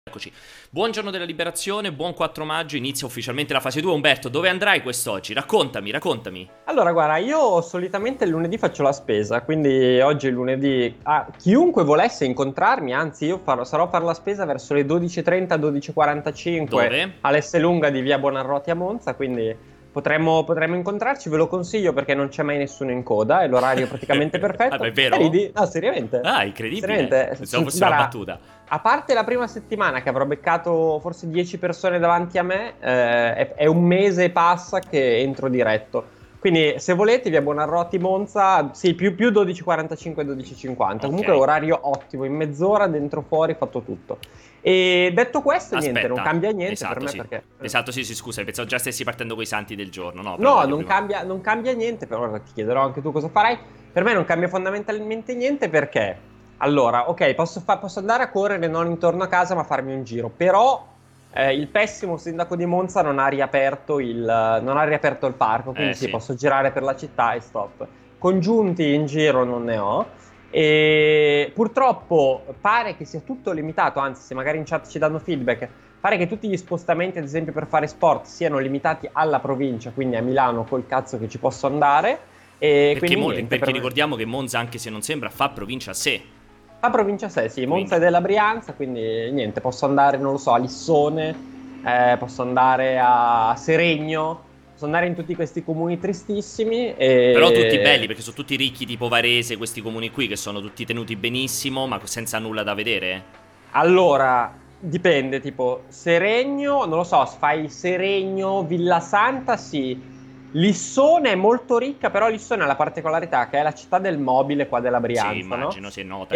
Eccoci. Buongiorno della liberazione, buon 4 maggio, inizia ufficialmente la fase 2. Umberto, dove andrai quest'oggi? Raccontami. Allora, guarda, io solitamente il lunedì faccio la spesa, quindi oggi è lunedì. Chiunque volesse incontrarmi, anzi io sarò a fare la spesa verso le 12:30, 12:45 Dove? all'Esselunga di via Buonarroti a Monza, quindi potremmo incontrarci, ve lo consiglio perché non c'è mai nessuno in coda, è l'orario praticamente perfetto. Ah, è vero? No, seriamente. Ah, incredibile. Seriamente. Pensavo fosse una battuta. A parte la prima settimana che avrò beccato forse 10 persone davanti a me, è un mese e passa che entro diretto. Quindi se volete via Buonarroti Monza, sì, più 12:45, 12:50. Comunque orario ottimo, in mezz'ora dentro fuori fatto tutto. E detto questo, niente, non cambia niente esatto, per me sì. perché... Esatto, sì, scusa, pensavo già stessi partendo coi santi del giorno. No, non cambia niente, però ora ti chiederò anche tu cosa farai. Per me non cambia fondamentalmente niente perché... Allora, ok, posso andare a correre non intorno a casa ma farmi un giro, però il pessimo sindaco di Monza non ha riaperto il parco, quindi sì, posso girare per la città e stop. Congiunti in giro non ne ho e purtroppo pare che sia tutto limitato, anzi se magari in chat ci danno feedback, pare che tutti gli spostamenti ad esempio per fare sport siano limitati alla provincia, quindi a Milano col cazzo che ci posso andare. E perché ricordiamo che Monza, anche se non sembra, fa provincia a sé. La provincia a sé, sì, Monza è della Brianza, quindi niente, posso andare, non lo so, a Lissone, posso andare a Seregno, posso andare in tutti questi comuni tristissimi. Però tutti belli, perché sono tutti ricchi, tipo Varese, questi comuni qui, che sono tutti tenuti benissimo, ma senza nulla da vedere. Allora, dipende, tipo, Seregno, non lo so, fai Seregno, Villasanta, sì. Lissone è molto ricca, però Lissone ha la particolarità che è la città del mobile qua della Brianza, sì, immagino, no? si è nota.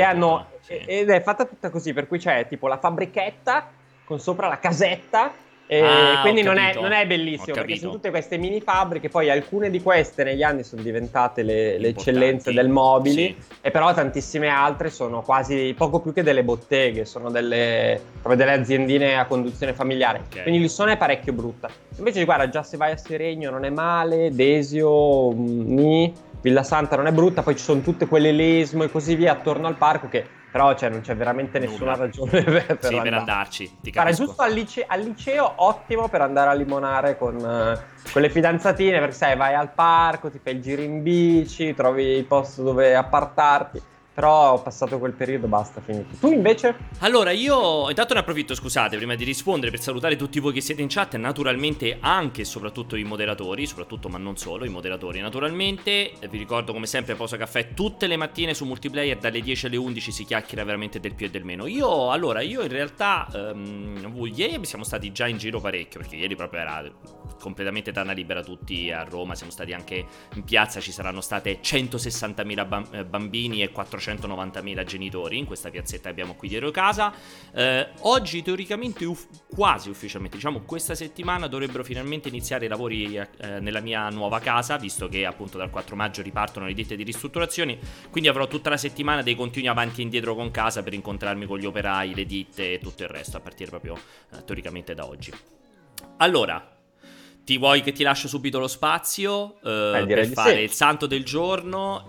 Ed è fatta tutta così, per cui c'è tipo la fabbrichetta con sopra la casetta, quindi non è bellissimo, perché sono tutte queste mini fabbriche, poi alcune di queste negli anni sono diventate le eccellenze del mobile, sì. E però tantissime altre sono quasi poco più che delle botteghe, sono proprio delle aziendine a conduzione familiare, okay. Quindi Lissone è parecchio brutta. Invece guarda, già se vai a Seregno non è male, Desio, Villasanta non è brutta, poi ci sono tutte quelle Lesmo e così via attorno al parco che però non c'è veramente nessuna ragione per andarci. Ti capisco. Giusto al liceo ottimo per andare a limonare con le fidanzatine, perché sai, vai al parco, ti fai il giro in bici, trovi il posto dove appartarti. Però ho passato quel periodo, basta, finito. Tu invece? Allora, io intanto ne approfitto, scusate, prima di rispondere, per salutare tutti voi che siete in chat, naturalmente anche e soprattutto i moderatori, soprattutto ma non solo, i moderatori naturalmente. Vi ricordo come sempre Pausa Caffè tutte le mattine su Multiplayer dalle 10 alle 11 si chiacchiera veramente del più e del meno. Io in realtà ieri siamo stati già in giro parecchio, perché ieri proprio era completamente tana libera tutti a Roma, siamo stati anche in piazza, ci saranno state 160.000 bambini e 490.000 genitori in questa piazzetta che abbiamo qui dietro casa. Oggi teoricamente quasi ufficialmente, diciamo questa settimana dovrebbero finalmente iniziare i lavori nella mia nuova casa, visto che appunto dal 4 maggio ripartono le ditte di ristrutturazioni, quindi avrò tutta la settimana dei continui avanti e indietro con casa per incontrarmi con gli operai, le ditte e tutto il resto a partire proprio teoricamente da oggi. Allora, ti vuoi che ti lascio subito lo spazio per fare il santo del giorno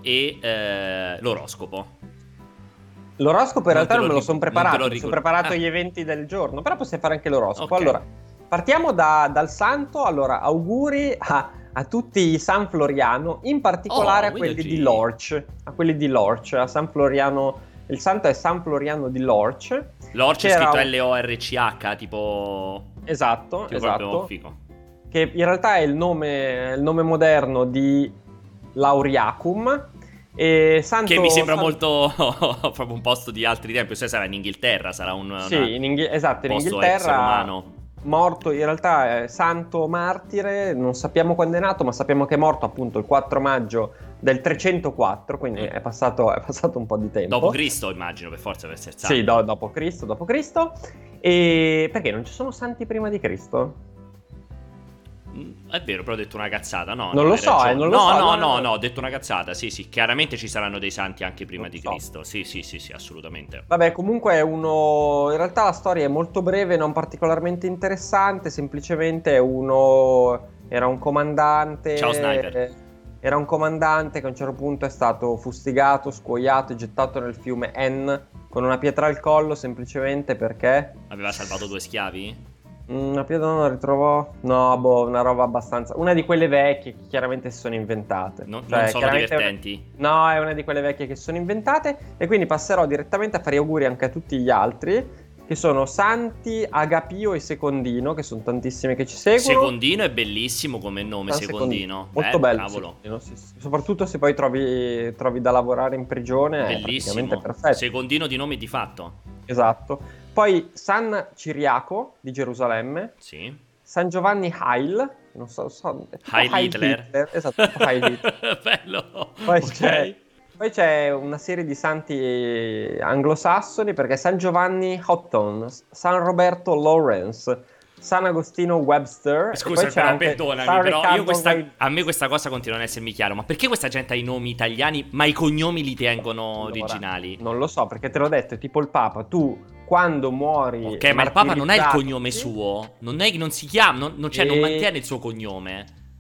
e l'oroscopo? L'oroscopo in realtà non me lo sono preparato, mi sono preparato gli eventi del giorno, però possiamo fare anche l'oroscopo. Okay. Allora, partiamo dal santo. Allora, auguri a tutti i San Floriano, in particolare a quelli di Lorch, a San Floriano. Il santo è San Floriano di Lorch. Lorch è scritto L-O-R-C-H, tipo... Esatto. Figo. Che in realtà è il nome moderno di Lauriacum. E santo, che mi sembra molto proprio un posto di altri tempi. Cioè sarà in Inghilterra, sarà in Inghilterra romano. Morto, in realtà è santo martire, non sappiamo quando è nato, ma sappiamo che è morto appunto il 4 maggio del 304, quindi è passato un po' di tempo. Dopo Cristo, immagino, per forza per essere santo. Sì, dopo Cristo. E perché non ci sono santi prima di Cristo? È vero, però ho detto una cazzata, no? Non lo so, non lo so. No, ho detto una cazzata, sì, chiaramente ci saranno dei santi anche prima di Cristo, sì, assolutamente. Vabbè, comunque in realtà la storia è molto breve, non particolarmente interessante, semplicemente era un comandante... Ciao Sniper. Era un comandante che a un certo punto è stato fustigato, scuoiato e gettato nel fiume Enn con una pietra al collo semplicemente perché... Aveva salvato 2 schiavi? Una pietra non la ritrovò? No, una roba abbastanza... Una di quelle vecchie che chiaramente si sono inventate. Non sono divertenti? No, è una di quelle vecchie che si sono inventate. E quindi passerò direttamente a fare auguri anche a tutti gli altri, che sono Santi, Agapio e Secondino, che sono tantissimi che ci seguono. Secondino è bellissimo come nome, Secondino. Molto bello. Cavolo. Sì. Soprattutto se poi trovi da lavorare in prigione. Bellissimo. È perfetto. Secondino di nome di fatto. Esatto. Poi San Ciriaco di Gerusalemme. Sì. San Giovanni Heil. Non so. Heil Hitler. Esatto, Heil Hitler. Bello. Poi c'è una serie di santi anglosassoni, perché San Giovanni Houghton, San Roberto Lawrence, San Agostino Webster. Scusa, però perdonami, però a me questa cosa continua a non essermi chiaro. Ma perché questa gente ha i nomi italiani, ma i cognomi li tengono originali? Non lo so, perché te l'ho detto, è tipo il Papa. Tu, quando muori... Ok, ma il Papa non ha il cognome suo. Non si chiama, non mantiene il suo cognome.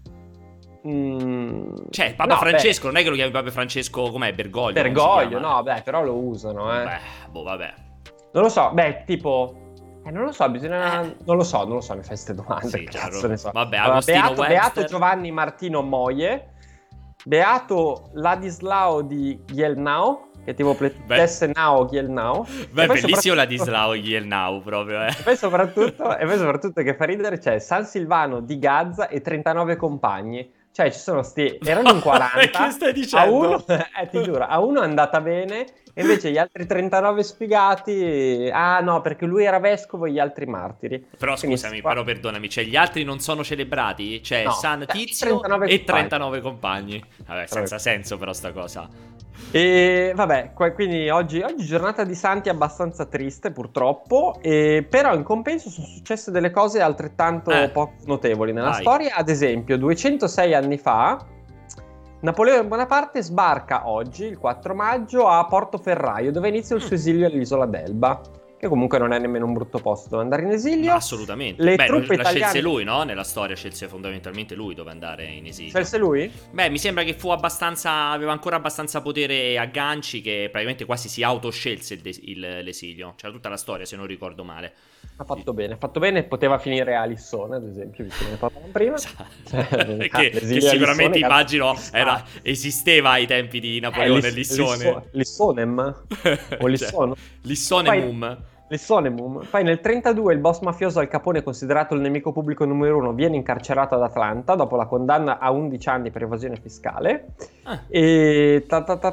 Cioè, Papa Francesco, non è che lo chiami Papa Francesco, com'è? Bergoglio, no, però lo usano, vabbè. Non lo so, tipo... non lo so, bisogna... Non lo so, mi fai queste domande, sì, cazzo ne so. Vabbè, Agostino Beato Giovanni Martino Moie, Beato Ladislao di Ghielnau, che tipo Tessenau Ghielnau. Beh, bellissimo Ladislao Ghielnau proprio, E poi soprattutto che fa ridere c'è San Silvano di Gazza e 39 compagni. Cioè ci sono erano in 40. Che stai dicendo? A uno, ti giuro, a uno è andata bene, e invece gli altri 39 sfigati, no, perché lui era vescovo e gli altri martiri. Però scusami, però perdonami, cioè gli altri non sono celebrati? Cioè no, San Tizio e 39 compagni. Vabbè, senza senso però sta cosa. E vabbè, quindi oggi giornata di santi abbastanza triste purtroppo, però in compenso sono successe delle cose altrettanto poco notevoli nella storia. Ad esempio 206 anni fa Napoleone Bonaparte sbarca oggi, il 4 maggio, a Portoferraio, dove inizia il suo esilio all'isola d'Elba, che comunque non è nemmeno un brutto posto dove andare in esilio. Ma assolutamente. Truppe italiane... scelse lui, no? Nella storia scelse fondamentalmente lui dove andare in esilio. Scelse lui? Beh, mi sembra che aveva ancora abbastanza potere e agganci, che praticamente quasi si autoscelse l'esilio. C'era tutta la storia, se non ricordo male. Ha fatto bene, poteva finire a Lissone, ad esempio, visto che ne parlavamo prima. che sicuramente immagino esisteva ai tempi di Napoleone Lissone. Lissonem? O Lissono? Lissonemum. Lissonemum. Poi nel 32 il boss mafioso Al Capone, considerato il nemico pubblico numero 1, viene incarcerato ad Atlanta dopo la condanna a 11 anni per evasione fiscale. E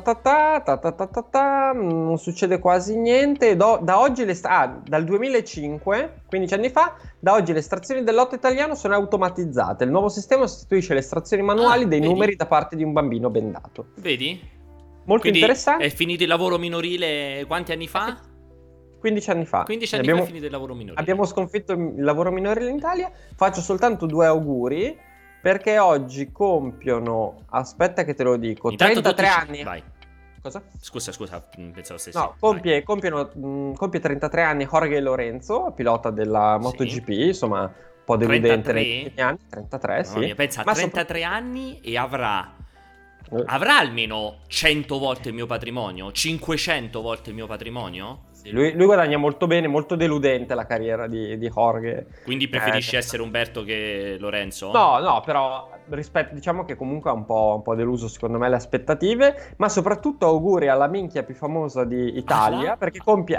non succede quasi niente. Da oggi dal 2005, 15 anni fa, da oggi le estrazioni del lotto italiano sono automatizzate. Il nuovo sistema sostituisce le estrazioni manuali dei numeri da parte di un bambino bendato. Vedi? Molto interessante. È finito il lavoro minorile quanti anni fa? 15 anni fa. 15 anni fa è finito il lavoro minorile. Abbiamo sconfitto il lavoro minorile in Italia. Faccio soltanto 2 auguri, perché oggi compiono, aspetta che te lo dico, intanto 33 anni. Vai. Cosa? Scusa, pensavo stessi. No, compie 33 anni Jorge Lorenzo, pilota della MotoGP, insomma, un po' deludente negli ultimi anni. 33, sì. Mia, pensa, 33 anni e avrà almeno 100 volte il mio patrimonio, 500 volte il mio patrimonio. Sì, lui guadagna molto bene, molto deludente la carriera di Jorge. Quindi preferisci essere Umberto che Lorenzo? No, però diciamo che comunque ha un po' deluso secondo me le aspettative, ma soprattutto auguri alla minchia più famosa d'Italia, perché compie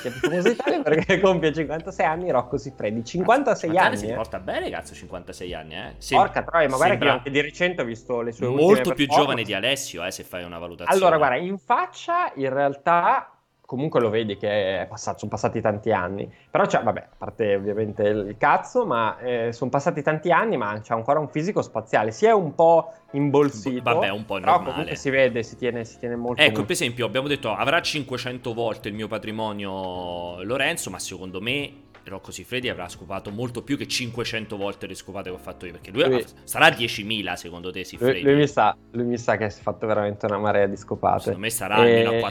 56 anni Rocco Siffredi, 56 anni. Si porta bene, cazzo, 56 anni, Porca troia, ma guarda che anche di recente ho visto le sue ultime molto più giovane di Alessio, se fai una valutazione. Allora, guarda, in faccia in realtà comunque lo vedi che sono passati tanti anni, però vabbè, a parte ovviamente il cazzo, ma sono passati tanti anni, ma c'ha ancora un fisico spaziale, si è un po' imbolsito, vabbè, un po' però normale. Comunque si vede, si tiene molto. Ecco, per esempio, abbiamo detto avrà 500 volte il mio patrimonio Lorenzo, ma secondo me Rocco Siffredi avrà scopato molto più che 500 volte le scopate che ho fatto io, perché lui sarà 10.000 secondo te Siffredi? Lui mi sa che si è fatto veramente una marea di scopate. Secondo me sarà almeno a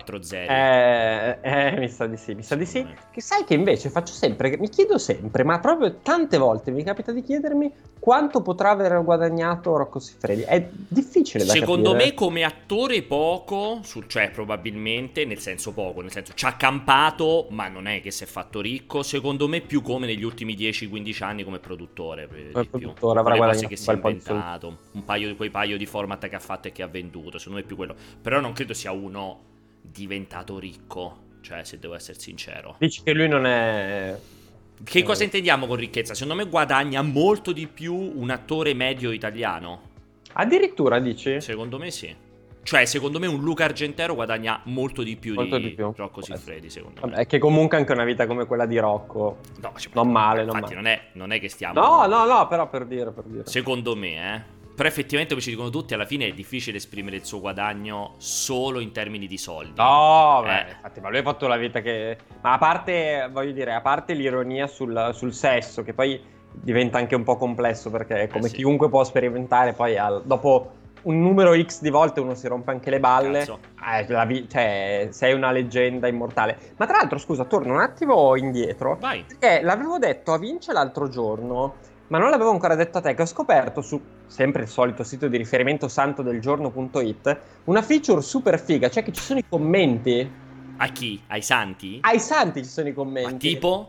4-0. Mi sa di sì. Che sai che invece mi chiedo sempre, ma proprio tante volte mi capita di chiedermi quanto potrà aver guadagnato Rocco Siffredi. È difficile da secondo capire. Me come attore poco, cioè probabilmente, nel senso ci ha campato, ma non è che si è fatto ricco. Secondo me più come negli ultimi 10-15 anni come produttore. Produttore avrà guadagnato che si è inventato, quei paio di format che ha fatto e che ha venduto, secondo me è più quello. Però non credo sia uno diventato ricco, cioè se devo essere sincero. Dici che lui non è... Che cosa intendiamo con ricchezza? Secondo me guadagna molto di più un attore medio italiano. Addirittura dici? Secondo me sì. Cioè, secondo me un Luca Argentero guadagna molto di più di Rocco Siffredi, secondo me. È che comunque anche una vita come quella di Rocco. No, non male. Infatti non è che stiamo... No, però per dire. Secondo me, Però effettivamente, come ci dicono tutti, alla fine è difficile esprimere il suo guadagno solo in termini di soldi. No, infatti, ma lui ha fatto la vita che... Ma a parte, voglio dire, a parte l'ironia sul sesso, che poi diventa anche un po' complesso, perché come chiunque può sperimentare, poi dopo un numero X di volte uno si rompe anche le balle. Cioè, sei una leggenda immortale. Ma tra l'altro, scusa, torno un attimo indietro. Vai. Perché l'avevo detto a Vince l'altro giorno, ma non l'avevo ancora detto a te, che ho scoperto su sempre il solito sito di riferimento santodelgiorno.it una feature super figa, cioè che ci sono i commenti. A chi? Ai santi? Ai santi ci sono i commenti. Ma tipo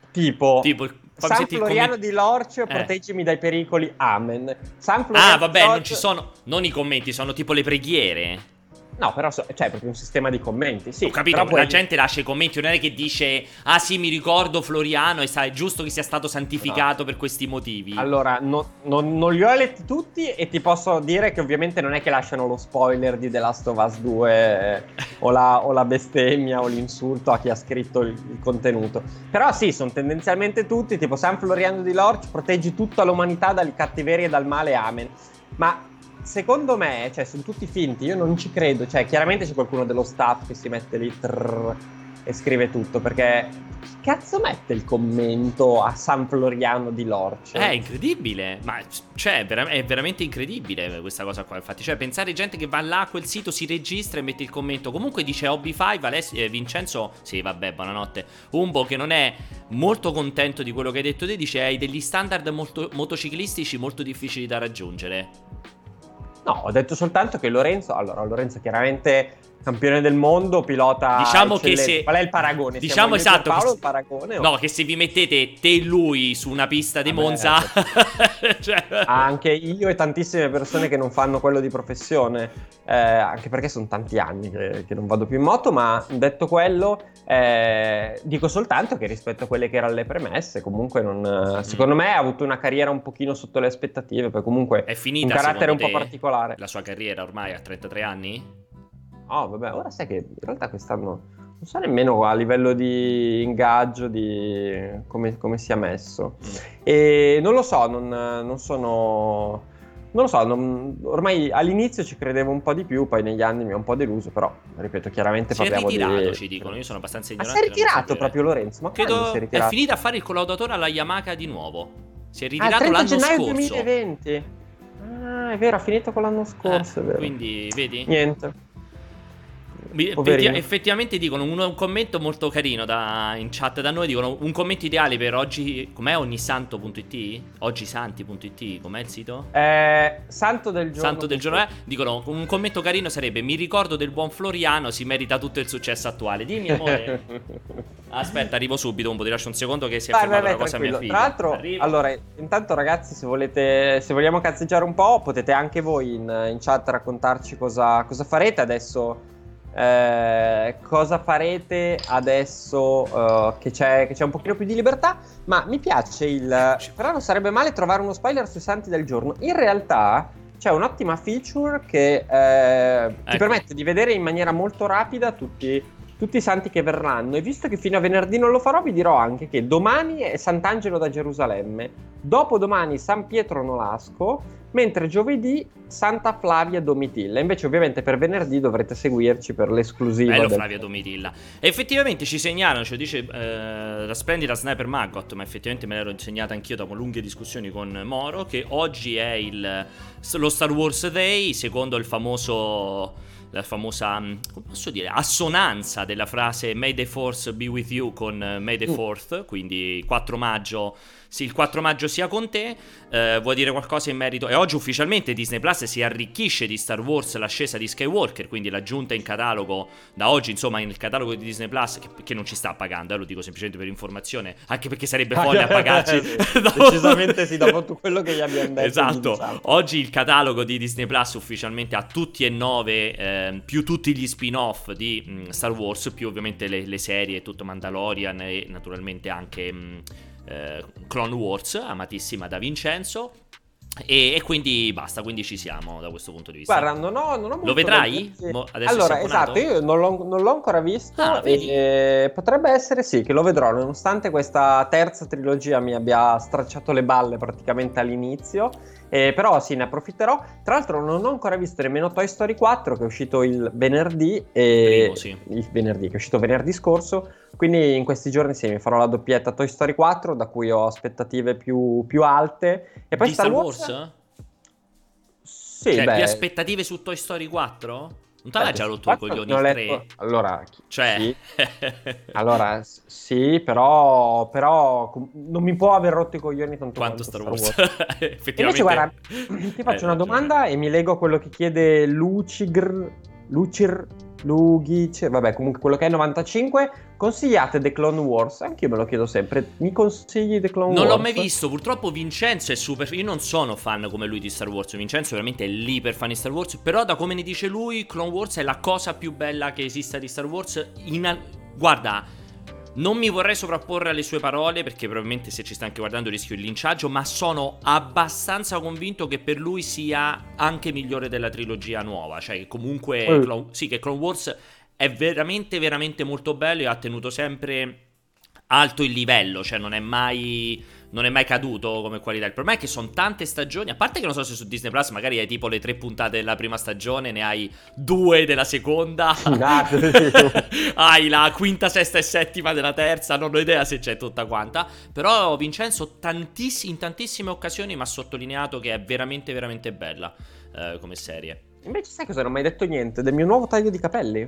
San Floriano di Lorcio, proteggimi dai pericoli, amen. San Floriano vabbè, non ci sono, non i commenti, sono tipo le preghiere. No, però c'è proprio un sistema di commenti, sì. Ho capito, la gente lascia i commenti, non è che dice sì, mi ricordo Floriano e è giusto che sia stato santificato per questi motivi. Allora, non li ho letti tutti e ti posso dire che ovviamente non è che lasciano lo spoiler di The Last of Us 2 o la bestemmia o l'insulto a chi ha scritto il contenuto. Però sì, sono tendenzialmente tutti, tipo San Floriano di Lorch, proteggi tutta l'umanità dal cattiveria e dal male, amen. Ma... secondo me, cioè, sono tutti finti, io non ci credo. Cioè, chiaramente c'è qualcuno dello staff che si mette lì e scrive tutto, perché chi cazzo mette il commento a San Floriano di Lorce? È incredibile, ma cioè, è veramente incredibile questa cosa qua. Infatti, cioè, pensare gente che va là a quel sito, si registra e mette il commento. Comunque dice Hobby5, Vincenzo, sì, vabbè, buonanotte. Umbo, che non è molto contento di quello che hai detto te, dice hai degli standard motociclistici molto difficili da raggiungere. No, ho detto soltanto che Lorenzo chiaramente campione del mondo, pilota diciamo eccellente. Che se qual è il paragone? Diciamo esatto, Paolo, il paragone, no, che se vi mettete te e lui su una pista di Monza cioè... anche io e tantissime persone che non fanno quello di professione, anche perché sono tanti anni che non vado più in moto, ma detto quello dico soltanto che rispetto a quelle che erano le premesse comunque secondo me ha avuto una carriera un pochino sotto le aspettative, perché comunque è finita, un carattere un po' particolare. La sua carriera ormai a 33 anni? Oh, vabbè, ora sai che in realtà quest'anno non so nemmeno a livello di ingaggio di come sia messo. E non lo so, non sono... Non lo so, ormai all'inizio ci credevo un po' di più, poi negli anni mi ha un po' deluso, però, ripeto, chiaramente parliamo di... Si è ritirato, ci dicono, io sono abbastanza ignorante. Ma si è ritirato proprio Lorenzo? Ma credo si è ritirato? È finito a fare il collaudatore alla Yamaha di nuovo. Si è ritirato l'anno gennaio scorso. 2020. Ah, è vero, ha finito con l'anno scorso, è vero. Quindi, vedi? Niente. Effettivamente dicono un commento molto carino in chat da noi, dicono un commento ideale per oggi, com'è ognisanto.it? Oggisanti.it, com'è il sito? Santo del giorno. Dicono un commento carino sarebbe: mi ricordo del buon Floriano, si merita tutto il successo attuale. Dimmi amore. Aspetta, arrivo subito, ti lascio un secondo che si è fermata una cosa mia figlia. Tra l'altro, allora, intanto ragazzi, se vogliamo cazzeggiare un po', potete anche voi in chat raccontarci cosa farete adesso. Cosa farete adesso che c'è un pochino più di libertà, ma mi piace però non sarebbe male trovare uno spoiler sui santi del giorno. In realtà c'è un'ottima feature che ti permette di vedere in maniera molto rapida tutti i santi che verranno, e visto che fino a venerdì non lo farò, vi dirò anche che domani è Sant'Angelo da Gerusalemme, dopodomani San Pietro Nolasco, mentre giovedì Santa Flavia Domitilla. Invece ovviamente per venerdì dovrete seguirci per l'esclusiva. Bello Flavia Domitilla. E effettivamente ci segnalano, cioè dice la splendida Sniper Maggot, ma effettivamente me l'ero insegnata anch'io dopo lunghe discussioni con Moro, che oggi è lo Star Wars Day, secondo la famosa, come posso dire, assonanza della frase May the Force be with you con May the 4th, quindi 4 maggio, sì, il 4 maggio sia con te. Vuoi dire qualcosa in merito? E oggi ufficialmente Disney Plus si arricchisce di Star Wars l'ascesa di Skywalker, quindi l'aggiunta in catalogo da oggi, insomma, nel catalogo di Disney Plus, che non ci sta pagando, lo dico semplicemente per informazione, anche perché sarebbe folle a pagarci. Decisamente sì, dopo tutto quello che gli abbiamo detto. Esatto, oggi il catalogo di Disney Plus ufficialmente ha tutti e 9, più tutti gli spin-off di Star Wars, più ovviamente le serie, tutto Mandalorian e naturalmente anche Clone Wars, amatissima da Vincenzo. E quindi basta, quindi ci siamo da questo punto di vista. Guarda, non ho molto. Lo vedrai? Allora, esatto, io non l'ho ancora visto. Potrebbe essere sì, che lo vedrò, nonostante questa terza trilogia mi abbia stracciato le balle praticamente all'inizio. Però sì, ne approfitterò. Tra l'altro non ho ancora visto nemmeno Toy Story 4, che è uscito il venerdì. Primo, sì. Il venerdì, che è uscito venerdì scorso. Quindi in questi giorni sì, mi farò la doppietta Toy Story 4, da cui ho aspettative più alte. E poi di Star Wars? Sì, cioè, più aspettative su Toy Story 4? Non te l'ha già rotto i coglioni il 3? Allora, cioè... sì. Allora, sì, però non mi può aver rotto i coglioni tanto quanto Star Wars. Effettivamente. Invece, guarda, ti faccio una domanda e mi leggo a quello che chiede Lugic, vabbè, comunque quello che è 95. Consigliate The Clone Wars? Anche io me lo chiedo sempre. Mi consigli The Clone Wars? Non l'ho mai visto, purtroppo Vincenzo è super. Io non sono fan come lui di Star Wars. Vincenzo veramente è l'iper fan di Star Wars. Però da come ne dice lui, Clone Wars è la cosa più bella che esista di Star Wars. Guarda, non mi vorrei sovrapporre alle sue parole, perché probabilmente se ci sta anche guardando rischio il linciaggio, ma sono abbastanza convinto che per lui sia anche migliore della trilogia nuova. Cioè che comunque che Clone Wars è veramente veramente molto bello e ha tenuto sempre alto il livello, cioè non è mai caduto come qualità. Il problema è che sono tante stagioni, a parte che non so se su Disney Plus magari hai tipo le 3 puntate della prima stagione, ne hai 2 della seconda, hai la quinta, sesta e settima della terza, non ho idea se c'è tutta quanta. Però Vincenzo in tantissime occasioni mi ha sottolineato che è veramente veramente bella come serie. Invece sai cosa? Non ho mai detto niente del mio nuovo taglio di capelli.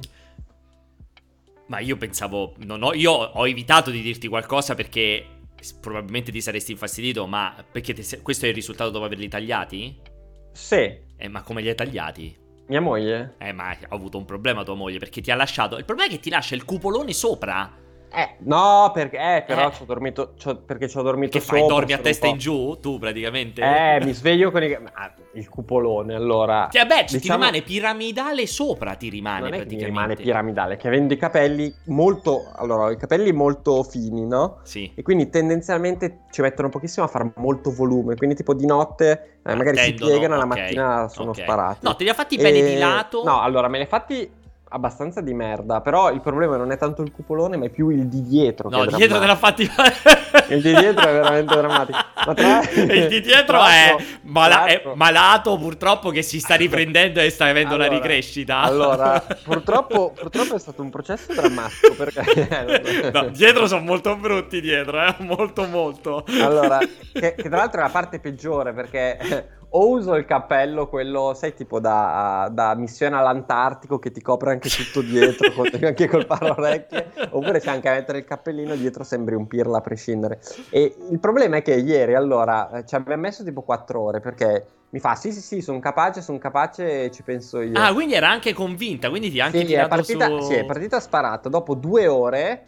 Ma io pensavo, io ho evitato di dirti qualcosa perché probabilmente ti saresti infastidito, ma perché questo è il risultato dopo averli tagliati? Sì. Ma come li hai tagliati? Mia moglie? Ma ha avuto un problema tua moglie, perché ti ha lasciato. Il problema è che ti lascia il cupolone sopra. No, perché però ci ho dormito che sopra. Fai? Dormi a testa in giù, tu praticamente? Mi sveglio con il cupolone, allora. Vabbè, ti rimane piramidale sopra, ti rimane non praticamente. È che mi rimane piramidale, che avendo i capelli ho i capelli molto fini, no? Sì. E quindi tendenzialmente ci mettono pochissimo a fare molto volume, quindi tipo di notte magari si piegano, la mattina sono sparati. No, te li ha fatti bene di lato? No, allora me li ha fatti abbastanza di merda, però il problema non è tanto il cupolone, ma è più il di dietro. No, di dietro te l'ha fatti. Il di dietro è veramente drammatico. Il di dietro è malato, purtroppo, che si sta riprendendo e sta avendo una ricrescita. Allora, purtroppo è stato un processo drammatico, perché no, dietro sono molto brutti dietro, molto. Allora, che tra l'altro è la parte peggiore, perché o uso il cappello, quello, sai, tipo da missione all'Antartico, che ti copre anche tutto dietro, anche col paraorecchie, oppure c'è anche a mettere il cappellino dietro, sembri un pirla a prescindere. E il problema è che ieri, allora, ci abbiamo messo tipo 4 ore, perché mi fa, sì, sono capace, ci penso io. Ah, quindi era anche convinta, quindi ti ha anche tirato su... Sì, è partita sparata, dopo 2 ore...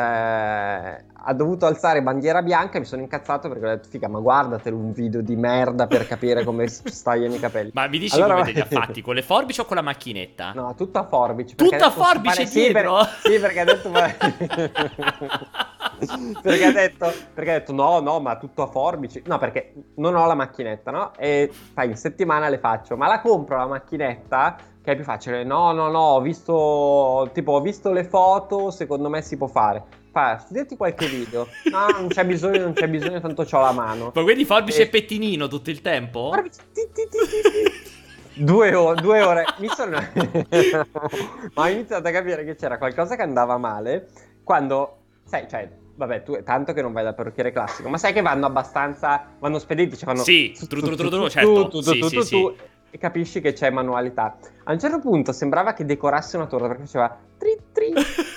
ha dovuto alzare bandiera bianca e mi sono incazzato perché ho detto figa, ma guardatelo un video di merda per capire come stagliano i capelli. Ma mi dici come te li ha fatti, con le forbici o con la macchinetta? No, tutta a forbici. Tutta a forbici dietro? Sì, perché ha detto perché ha detto no, ma tutto a forbici. No, perché non ho la macchinetta, no? E fai in settimana le faccio, ma la compro la macchinetta, che è più facile. No, ho visto le foto, secondo me si può fare. fa, studiati qualche video. No, non c'è bisogno, tanto c'ho la mano. Ma quindi forbice e pettinino tutto il tempo? Forbice, 2 ore. Ma ho iniziato a capire che c'era qualcosa che andava male quando, sai, cioè, vabbè, tu tanto che non vai dal parrucchiere classico, ma sai che vanno spediti, cioè fanno certo. Sì. E capisci che c'è manualità. A un certo punto sembrava che decorasse una torta perché faceva tri tri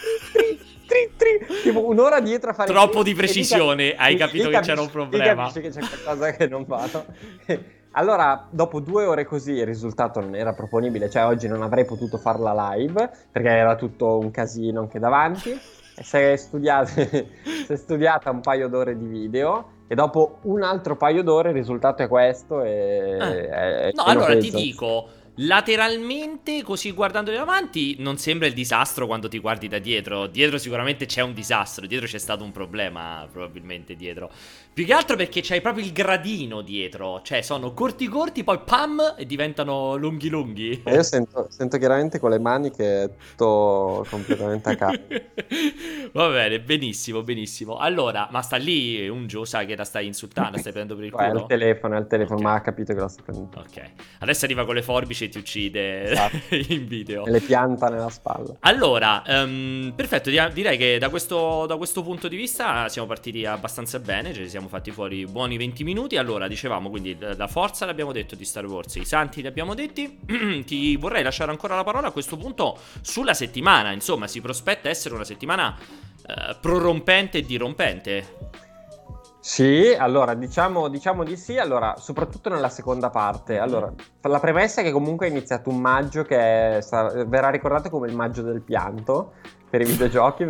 tri tri, tipo un'ora dietro a fare troppo di precisione, hai capito che c'era un problema. Capisci che c'è qualcosa che non va. Allora, dopo 2 ore così, il risultato non era proponibile, cioè oggi non avrei potuto farla live perché era tutto un casino anche davanti. E si è studiata un paio d'ore di video e dopo un altro paio d'ore il risultato è questo. No, allora ti dico, lateralmente, così guardandoli davanti, non sembra il disastro quando ti guardi da dietro. Dietro sicuramente c'è un disastro, dietro c'è stato un problema probabilmente dietro. Più che altro perché c'hai proprio il gradino dietro, cioè sono corti, poi pam e diventano lunghi. E io sento chiaramente con le mani che è tutto completamente a capo. Va bene, benissimo. Allora, ma sta lì un Gio, sai che la stai insultando, la stai prendendo per il culo? È al telefono, okay. Ma ha capito che la sto prendendo. Ok, adesso arriva con le forbici e ti uccide, esatto. In video. E le pianta nella spalla. Allora, perfetto, direi che da questo punto di vista siamo partiti abbastanza bene, ci siamo fatti fuori buoni 20 minuti. Allora, dicevamo, quindi la forza l'abbiamo detto di Star Wars, i santi li abbiamo detti. Ti vorrei lasciare ancora la parola a questo punto sulla settimana. Insomma, si prospetta essere una settimana prorompente e dirompente. Sì, allora diciamo di sì, allora soprattutto nella seconda parte. Allora, la premessa è che comunque è iniziato un maggio che verrà ricordato come il maggio del pianto per i videogiochi,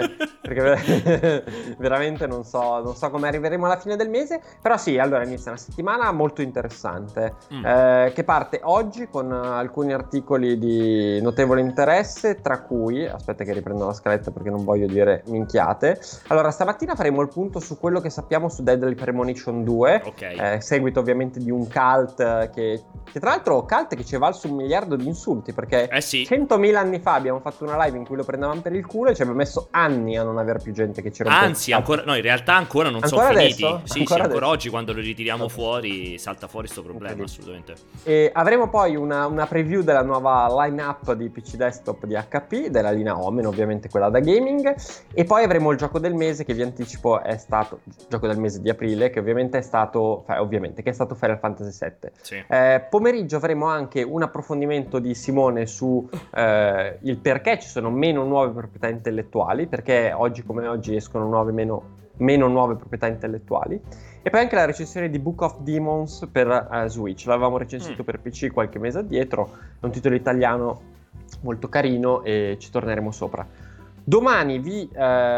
perché veramente non so come arriveremo alla fine del mese, però sì, allora inizia una settimana molto interessante, che parte oggi con alcuni articoli di notevole interesse, tra cui, aspetta che riprendo la scaletta perché non voglio dire minchiate. Allora, stamattina faremo il punto su quello che sappiamo su Deadly Premonition 2, okay. Seguito ovviamente di un cult che tra l'altro cult che ci è valso 1 miliardo di insulti, perché sì. 100.000 anni fa abbiamo fatto una live in cui lo prendevamo per il culo e ci abbiamo messo anni a non avere più gente che ci rompeva. Anzi, ancora, no, in realtà ancora non sono finiti. Sì, ancora oggi quando lo ritiriamo fuori salta fuori sto problema, assolutamente. E avremo poi una preview della nuova line-up di PC Desktop di HP, della linea Omen, ovviamente quella da gaming, e poi avremo il gioco del mese che vi anticipo è stato il gioco del mese di aprile, che ovviamente è stato Final Fantasy VII. Sì. Pomeriggio avremo anche un approfondimento di Simone su il perché ci sono meno nuove proprietà intellettuali, perché oggi come oggi escono meno nuove proprietà intellettuali, e poi anche la recensione di Book of Demons per Switch. L'avevamo recensito per PC qualche mese addietro, è un titolo italiano molto carino e ci torneremo sopra. Domani vi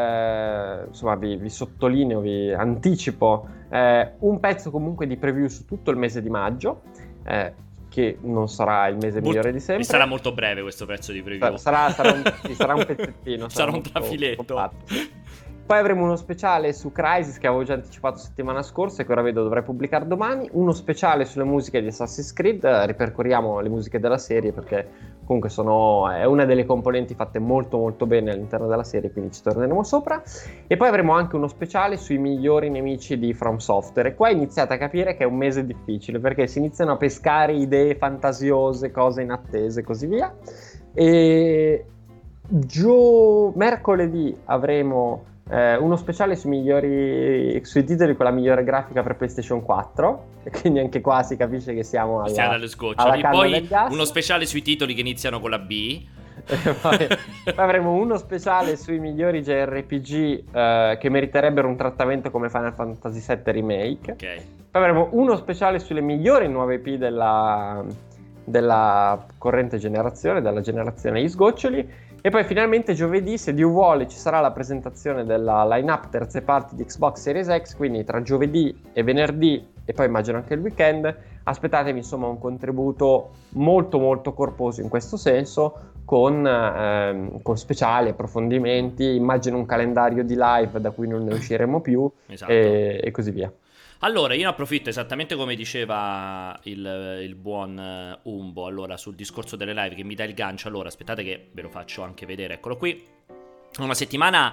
sottolineo, vi anticipo un pezzo comunque di preview su tutto il mese di maggio, che non sarà il mese migliore di sempre. Sarà molto breve questo pezzo di preview. Sarà un pezzettino. Sarà un trafiletto. Poi avremo uno speciale su Crysis che avevo già anticipato settimana scorsa e che ora vedo dovrei pubblicare domani. Uno speciale sulle musiche di Assassin's Creed. Ripercorriamo le musiche della serie perché comunque è una delle componenti fatte molto molto bene all'interno della serie, quindi ci torneremo sopra. E poi avremo anche uno speciale sui migliori nemici di From Software. E qua iniziate a capire che è un mese difficile perché si iniziano a pescare idee fantasiose, cose inattese e così via. E mercoledì avremo uno speciale sui titoli con la migliore grafica per PlayStation 4, e quindi anche qua si capisce che siamo alle scoccioli. Poi uno speciale sui titoli che iniziano con la B. Poi avremo uno speciale sui migliori JRPG che meriterebbero un trattamento come Final Fantasy VII Remake. Okay. Poi avremo uno speciale sulle migliori nuove IP della corrente generazione, della generazione gli sgoccioli. E poi finalmente giovedì, se Dio vuole, ci sarà la presentazione della line-up terze parti di Xbox Series X, quindi tra giovedì e venerdì e poi immagino anche il weekend, aspettatevi insomma un contributo molto molto corposo in questo senso, con speciali, approfondimenti, immagino un calendario di live da cui non ne usciremo più, esatto. e così via. Allora, io ne approfitto esattamente come diceva il buon Umbo, allora, sul discorso delle live che mi dà il gancio. Allora, aspettate che ve lo faccio anche vedere, eccolo qui. Una settimana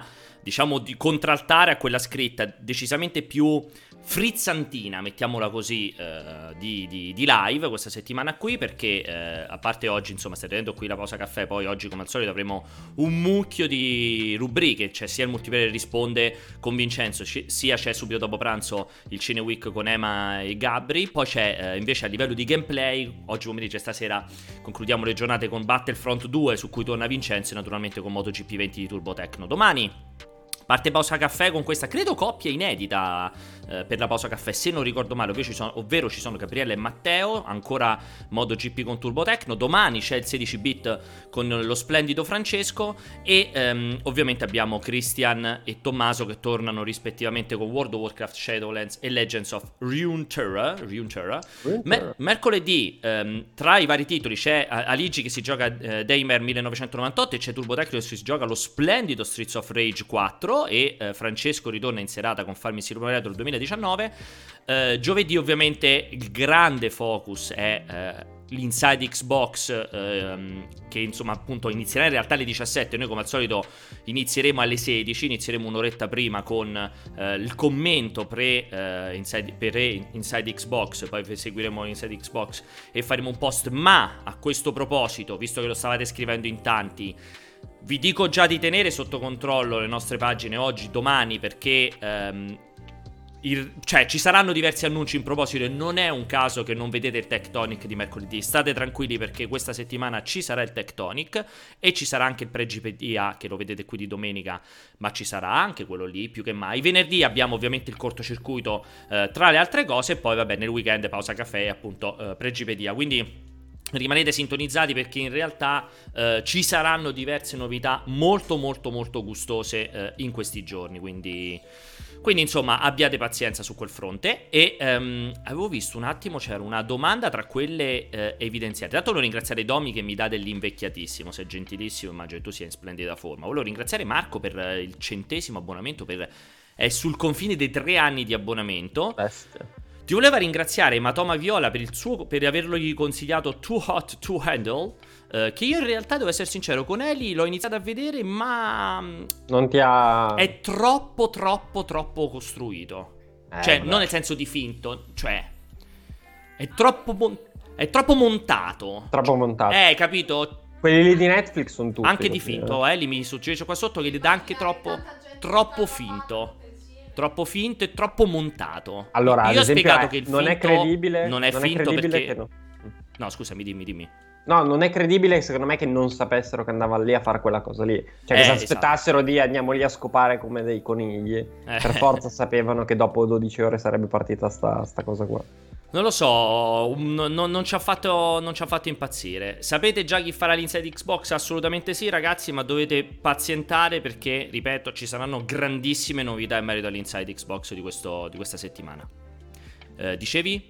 diciamo, di contraltare a quella scritta decisamente più frizzantina, mettiamola così, di live questa settimana qui, perché a parte oggi, insomma, state vedendo qui la pausa caffè, poi oggi come al solito avremo un mucchio di rubriche, cioè sia il multiplayer risponde con Vincenzo, sia c'è subito dopo pranzo il Cine Week con Ema e Gabri, poi c'è invece a livello di gameplay, oggi pomeriggio e stasera concludiamo le giornate con Battlefront 2 su cui torna Vincenzo e naturalmente con MotoGP 20 di Turbo Tecno. Domani parte pausa caffè con questa, credo, coppia inedita per la pausa caffè, se non ricordo male, ovvero ci sono Gabriele e Matteo, ancora MotoGP con Turbo Tecno. Domani c'è il 16-bit con lo splendido Francesco e ovviamente abbiamo Christian e Tommaso che tornano rispettivamente con World of Warcraft Shadowlands e Legends of Runeterra. Mercoledì tra i vari titoli c'è Aligi che si gioca Daymare 1998 e c'è Turbo Tecno che si gioca lo splendido Streets of Rage 4 e Francesco ritorna in serata con Farming Simulator 2019. Giovedì ovviamente il grande focus è l'Inside Xbox che insomma appunto inizierà in realtà alle 17, noi come al solito inizieremo alle 16, inizieremo un'oretta prima con il commento Inside Xbox, poi seguiremo Inside Xbox e faremo un post, ma a questo proposito, visto che lo stavate scrivendo in tanti, vi dico già di tenere sotto controllo le nostre pagine oggi, domani, perché cioè ci saranno diversi annunci in proposito e non è un caso che non vedete il Tectonic di mercoledì. State tranquilli perché questa settimana ci sarà il Tectonic e ci sarà anche il Pregipedia, che lo vedete qui di domenica, ma ci sarà anche quello lì più che mai. Venerdì abbiamo ovviamente il cortocircuito tra le altre cose e poi vabbè nel weekend pausa caffè e appunto Pregipedia, quindi rimanete sintonizzati perché in realtà ci saranno diverse novità molto molto molto gustose in questi giorni, quindi insomma abbiate pazienza su quel fronte. E avevo visto un attimo, c'era una domanda tra quelle evidenziate. Tanto volevo ringraziare Domi che mi dà dell'invecchiatissimo, sei gentilissimo, immagino tu sia in splendida forma. Volevo ringraziare Marco per il 100° abbonamento, è sul confine dei 3 anni di abbonamento. Bestia. Ti voleva ringraziare Matoma Viola per averlo consigliato Too Hot to Handle, che io in realtà, devo essere sincero, con Eli l'ho iniziato a vedere, ma non ti ha... è troppo costruito. Cioè, non nel senso di finto, cioè è troppo montato. Troppo montato. Capito? Quelli lì di Netflix sono tutti anche di finto, Eli mi suggerisce qua sotto che li dà anche troppo finto. Troppo finto e troppo montato. Allora, io ho spiegato che il non finto è credibile, non è finto credibile perché... che no. No, scusami, dimmi. No, non è credibile secondo me che non sapessero che andava lì a fare quella cosa lì. Cioè che si aspettassero di andiamo lì a scopare come dei conigli. Per forza sapevano che dopo 12 ore sarebbe partita sta cosa qua. Non lo so, non ci ha fatto impazzire. Sapete già chi farà l'Inside Xbox? Assolutamente sì, ragazzi, ma dovete pazientare perché, ripeto, ci saranno grandissime novità in merito all'Inside Xbox di questa settimana. Dicevi?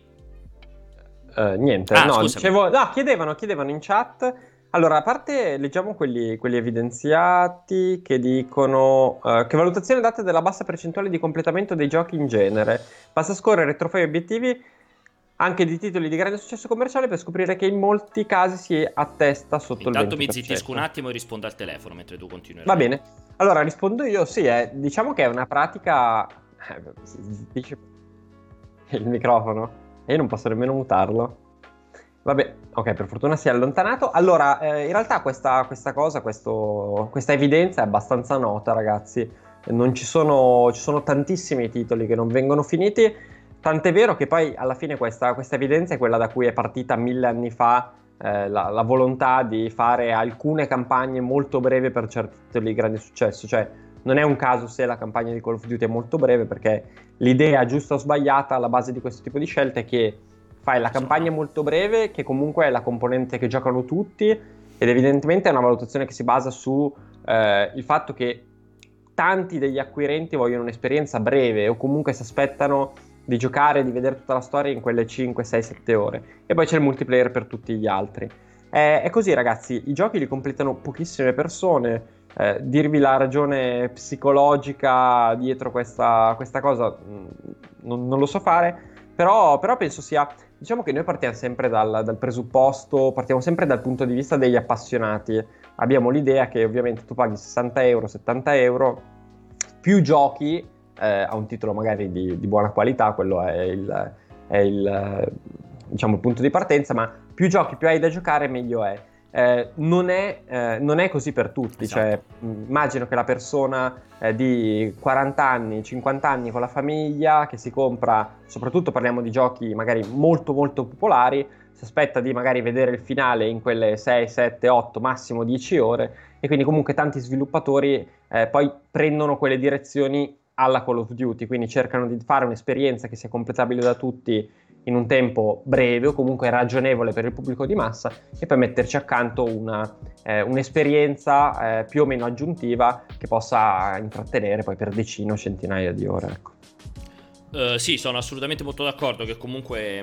Niente, dicevo, chiedevano in chat. Allora, a parte leggiamo quelli evidenziati che dicono che valutazione date della bassa percentuale di completamento dei giochi in genere. Basta scorrere trofei e obiettivi anche di titoli di grande successo commerciale per scoprire che in molti casi si attesta sotto Intanto il 20%. Mi zittisco un attimo e rispondo al telefono mentre tu continui. Va bene, allora rispondo io, sì, diciamo che è una pratica... Dice il microfono e io non posso nemmeno mutarlo. Vabbè, ok, per fortuna si è allontanato. Allora, in realtà questa cosa, questa evidenza è abbastanza nota, ragazzi. Ci sono tantissimi titoli che non vengono finiti. Tant'è vero che poi alla fine questa evidenza è quella da cui è partita 1000 anni fa la volontà di fare alcune campagne molto brevi per certi titoli di grande successo. Cioè non è un caso se la campagna di Call of Duty è molto breve, perché l'idea giusta o sbagliata alla base di questo tipo di scelte è che fai la campagna molto breve, che comunque è la componente che giocano tutti, ed evidentemente è una valutazione che si basa su il fatto che tanti degli acquirenti vogliono un'esperienza breve o comunque si aspettano di giocare, di vedere tutta la storia in quelle 5, 6, 7 ore. E poi c'è il multiplayer per tutti gli altri. È così, ragazzi, i giochi li completano pochissime persone. Dirvi la ragione psicologica dietro questa cosa non lo so fare, però penso sia... Diciamo che noi partiamo sempre dal presupposto, partiamo sempre dal punto di vista degli appassionati. Abbiamo l'idea che ovviamente tu paghi 60 euro, 70 euro più giochi a un titolo magari di buona qualità, quello è il diciamo il punto di partenza, ma più giochi, più hai da giocare, meglio è. Non è così per tutti, esatto. Cioè immagino che la persona di 40 anni, 50 anni con la famiglia che si compra, soprattutto parliamo di giochi magari molto molto popolari, si aspetta di magari vedere il finale in quelle 6, 7, 8, massimo 10 ore, e quindi comunque tanti sviluppatori poi prendono quelle direzioni alla Call of Duty, quindi cercano di fare un'esperienza che sia completabile da tutti in un tempo breve o comunque ragionevole per il pubblico di massa, e poi metterci accanto un'esperienza più o meno aggiuntiva che possa intrattenere poi per decine o centinaia di ore, ecco. Sì, sono assolutamente molto d'accordo che comunque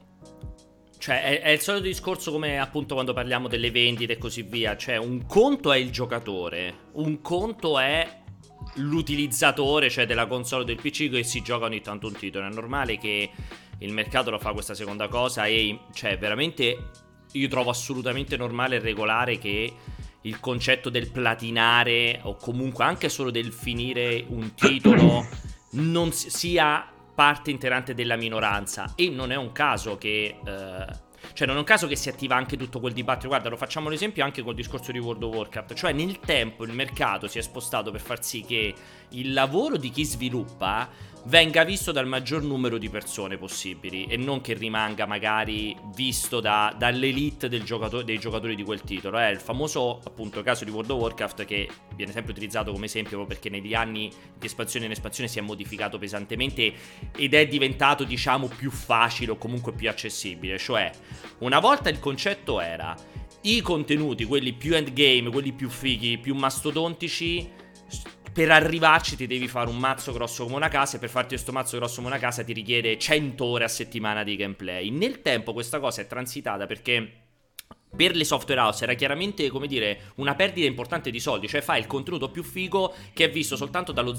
cioè è il solito discorso come appunto quando parliamo delle vendite e così via, cioè un conto è il giocatore, un conto è l'utilizzatore, cioè della console del PC che si gioca ogni tanto un titolo. È normale che il mercato lo fa questa seconda cosa, e cioè veramente io trovo assolutamente normale e regolare che il concetto del platinare o comunque anche solo del finire un titolo non sia parte integrante della minoranza, e non è un caso che cioè non è un caso che si attiva anche tutto quel dibattito. Guarda, lo facciamo l'esempio anche col discorso di World of Warcraft, cioè nel tempo il mercato si è spostato per far sì che il lavoro di chi sviluppa venga visto dal maggior numero di persone possibili, e non che rimanga magari visto dall'elite dei giocatori di quel titolo. È il famoso appunto caso di World of Warcraft, che viene sempre utilizzato come esempio perché negli anni di espansione in espansione si è modificato pesantemente ed è diventato, diciamo, più facile o comunque più accessibile. Cioè, una volta il concetto era i contenuti, quelli più endgame, quelli più fighi, più mastodontici, per arrivarci ti devi fare un mazzo grosso come una casa, e per farti questo mazzo grosso come una casa ti richiede 100 ore a settimana di gameplay. Nel tempo questa cosa è transitata perché per le software house era chiaramente, come dire, una perdita importante di soldi. Cioè fai il contenuto più figo che è visto soltanto dallo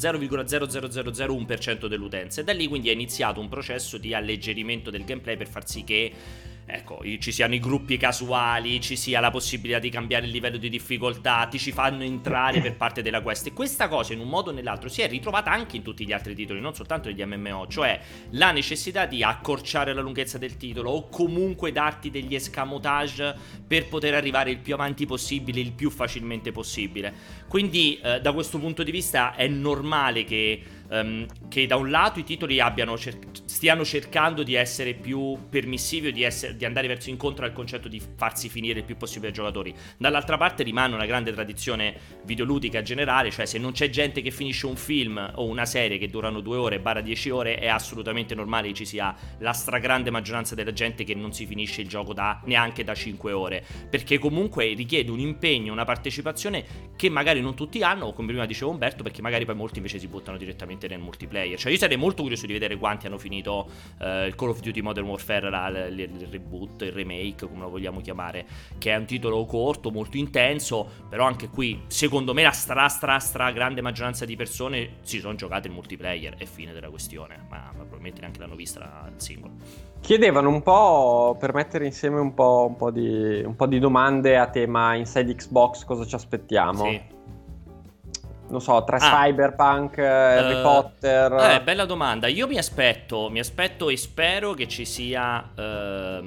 0,00001% dell'utenza, e da lì quindi è iniziato un processo di alleggerimento del gameplay per far sì che, ecco, ci siano i gruppi casuali, ci sia la possibilità di cambiare il livello di difficoltà, ti ci fanno entrare per parte della quest. E questa cosa in un modo o nell'altro si è ritrovata anche in tutti gli altri titoli, non soltanto negli MMO. Cioè la necessità di accorciare la lunghezza del titolo o comunque darti degli escamotage per poter arrivare il più avanti possibile, il più facilmente possibile. Quindi da questo punto di vista è normale che da un lato i titoli stiano cercando di essere più permissivi o di andare verso incontro al concetto di farsi finire il più possibile ai giocatori. Dall'altra parte rimane una grande tradizione videoludica generale, cioè se non c'è gente che finisce un film o una serie che durano 2 ore / 10 ore, è assolutamente normale che ci sia la stragrande maggioranza della gente che non si finisce il gioco neanche da 5 ore, perché comunque richiede un impegno, una partecipazione che magari non tutti hanno, o come prima diceva Umberto, perché magari poi molti invece si buttano direttamente nel multiplayer. Cioè io sarei molto curioso di vedere quanti hanno finito il Call of Duty Modern Warfare, il reboot, il remake, come lo vogliamo chiamare, che è un titolo corto, molto intenso, però anche qui secondo me la stra grande maggioranza di persone si sono giocate il multiplayer e fine della questione, ma probabilmente neanche l'hanno vista il singolo. Chiedevano un po', per mettere insieme un po' di domande a tema Inside Xbox, cosa ci aspettiamo? Sì. Non so, tra Cyberpunk, Harry Potter. Bella domanda. Io mi aspetto e spero che ci sia. Bella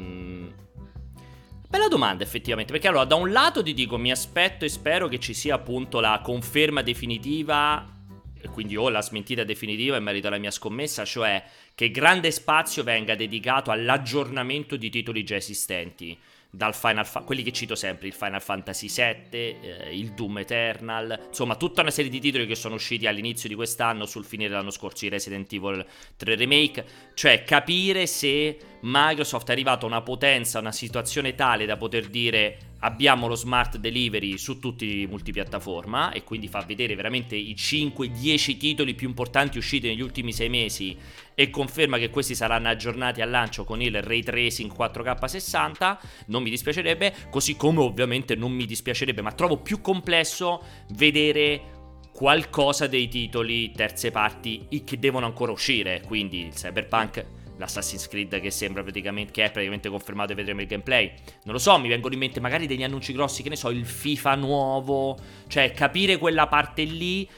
domanda, effettivamente. Perché allora, da un lato ti dico, mi aspetto e spero che ci sia appunto la conferma definitiva, e quindi o la smentita definitiva in merito alla mia scommessa, cioè che grande spazio venga dedicato all'aggiornamento di titoli già esistenti. Dal quelli che cito sempre, il Final Fantasy VII, il Doom Eternal, insomma tutta una serie di titoli che sono usciti all'inizio di quest'anno, sul finire dell'anno scorso, i Resident Evil 3 Remake. Cioè capire se Microsoft è arrivato a una potenza, una situazione tale da poter dire abbiamo lo smart delivery su tutti i multipiattaforma, e quindi fa vedere veramente i 5-10 titoli più importanti usciti negli ultimi 6 mesi, e conferma che questi saranno aggiornati al lancio con il ray tracing 4K 60. Non mi dispiacerebbe, così come ovviamente non mi dispiacerebbe, ma trovo più complesso vedere qualcosa dei titoli terze parti che devono ancora uscire, quindi il Cyberpunk, l'Assassin's Creed che è praticamente confermato, e vedremo il gameplay. Non lo so, mi vengono in mente magari degli annunci grossi, che ne so, il FIFA nuovo, cioè capire quella parte lì.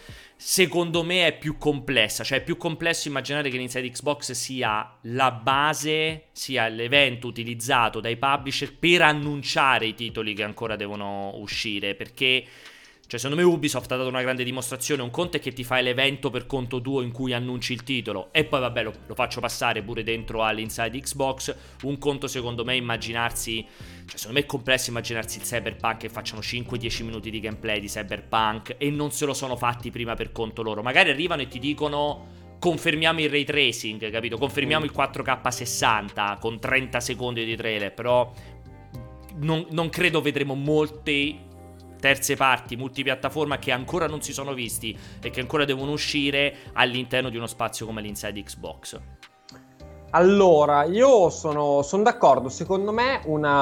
Secondo me è più complessa, cioè è più complesso immaginare che l'Inside Xbox sia la base, sia l'evento utilizzato dai publisher per annunciare i titoli che ancora devono uscire, perché cioè secondo me Ubisoft ha dato una grande dimostrazione. Un conto è che ti fai l'evento per conto tuo in cui annunci il titolo e poi vabbè lo faccio passare pure dentro all'Inside Xbox. Un conto secondo me è immaginarsi, cioè secondo me è complesso immaginarsi il Cyberpunk che facciano 5-10 minuti di gameplay di Cyberpunk e non se lo sono fatti prima per conto loro. Magari arrivano e ti dicono confermiamo il ray tracing, capito? Confermiamo il 4K 60 con 30 secondi di trailer, però non credo vedremo molti terze parti multipiattaforma che ancora non si sono visti e che ancora devono uscire all'interno di uno spazio come l'Inside Xbox. Allora, io sono d'accordo. Secondo me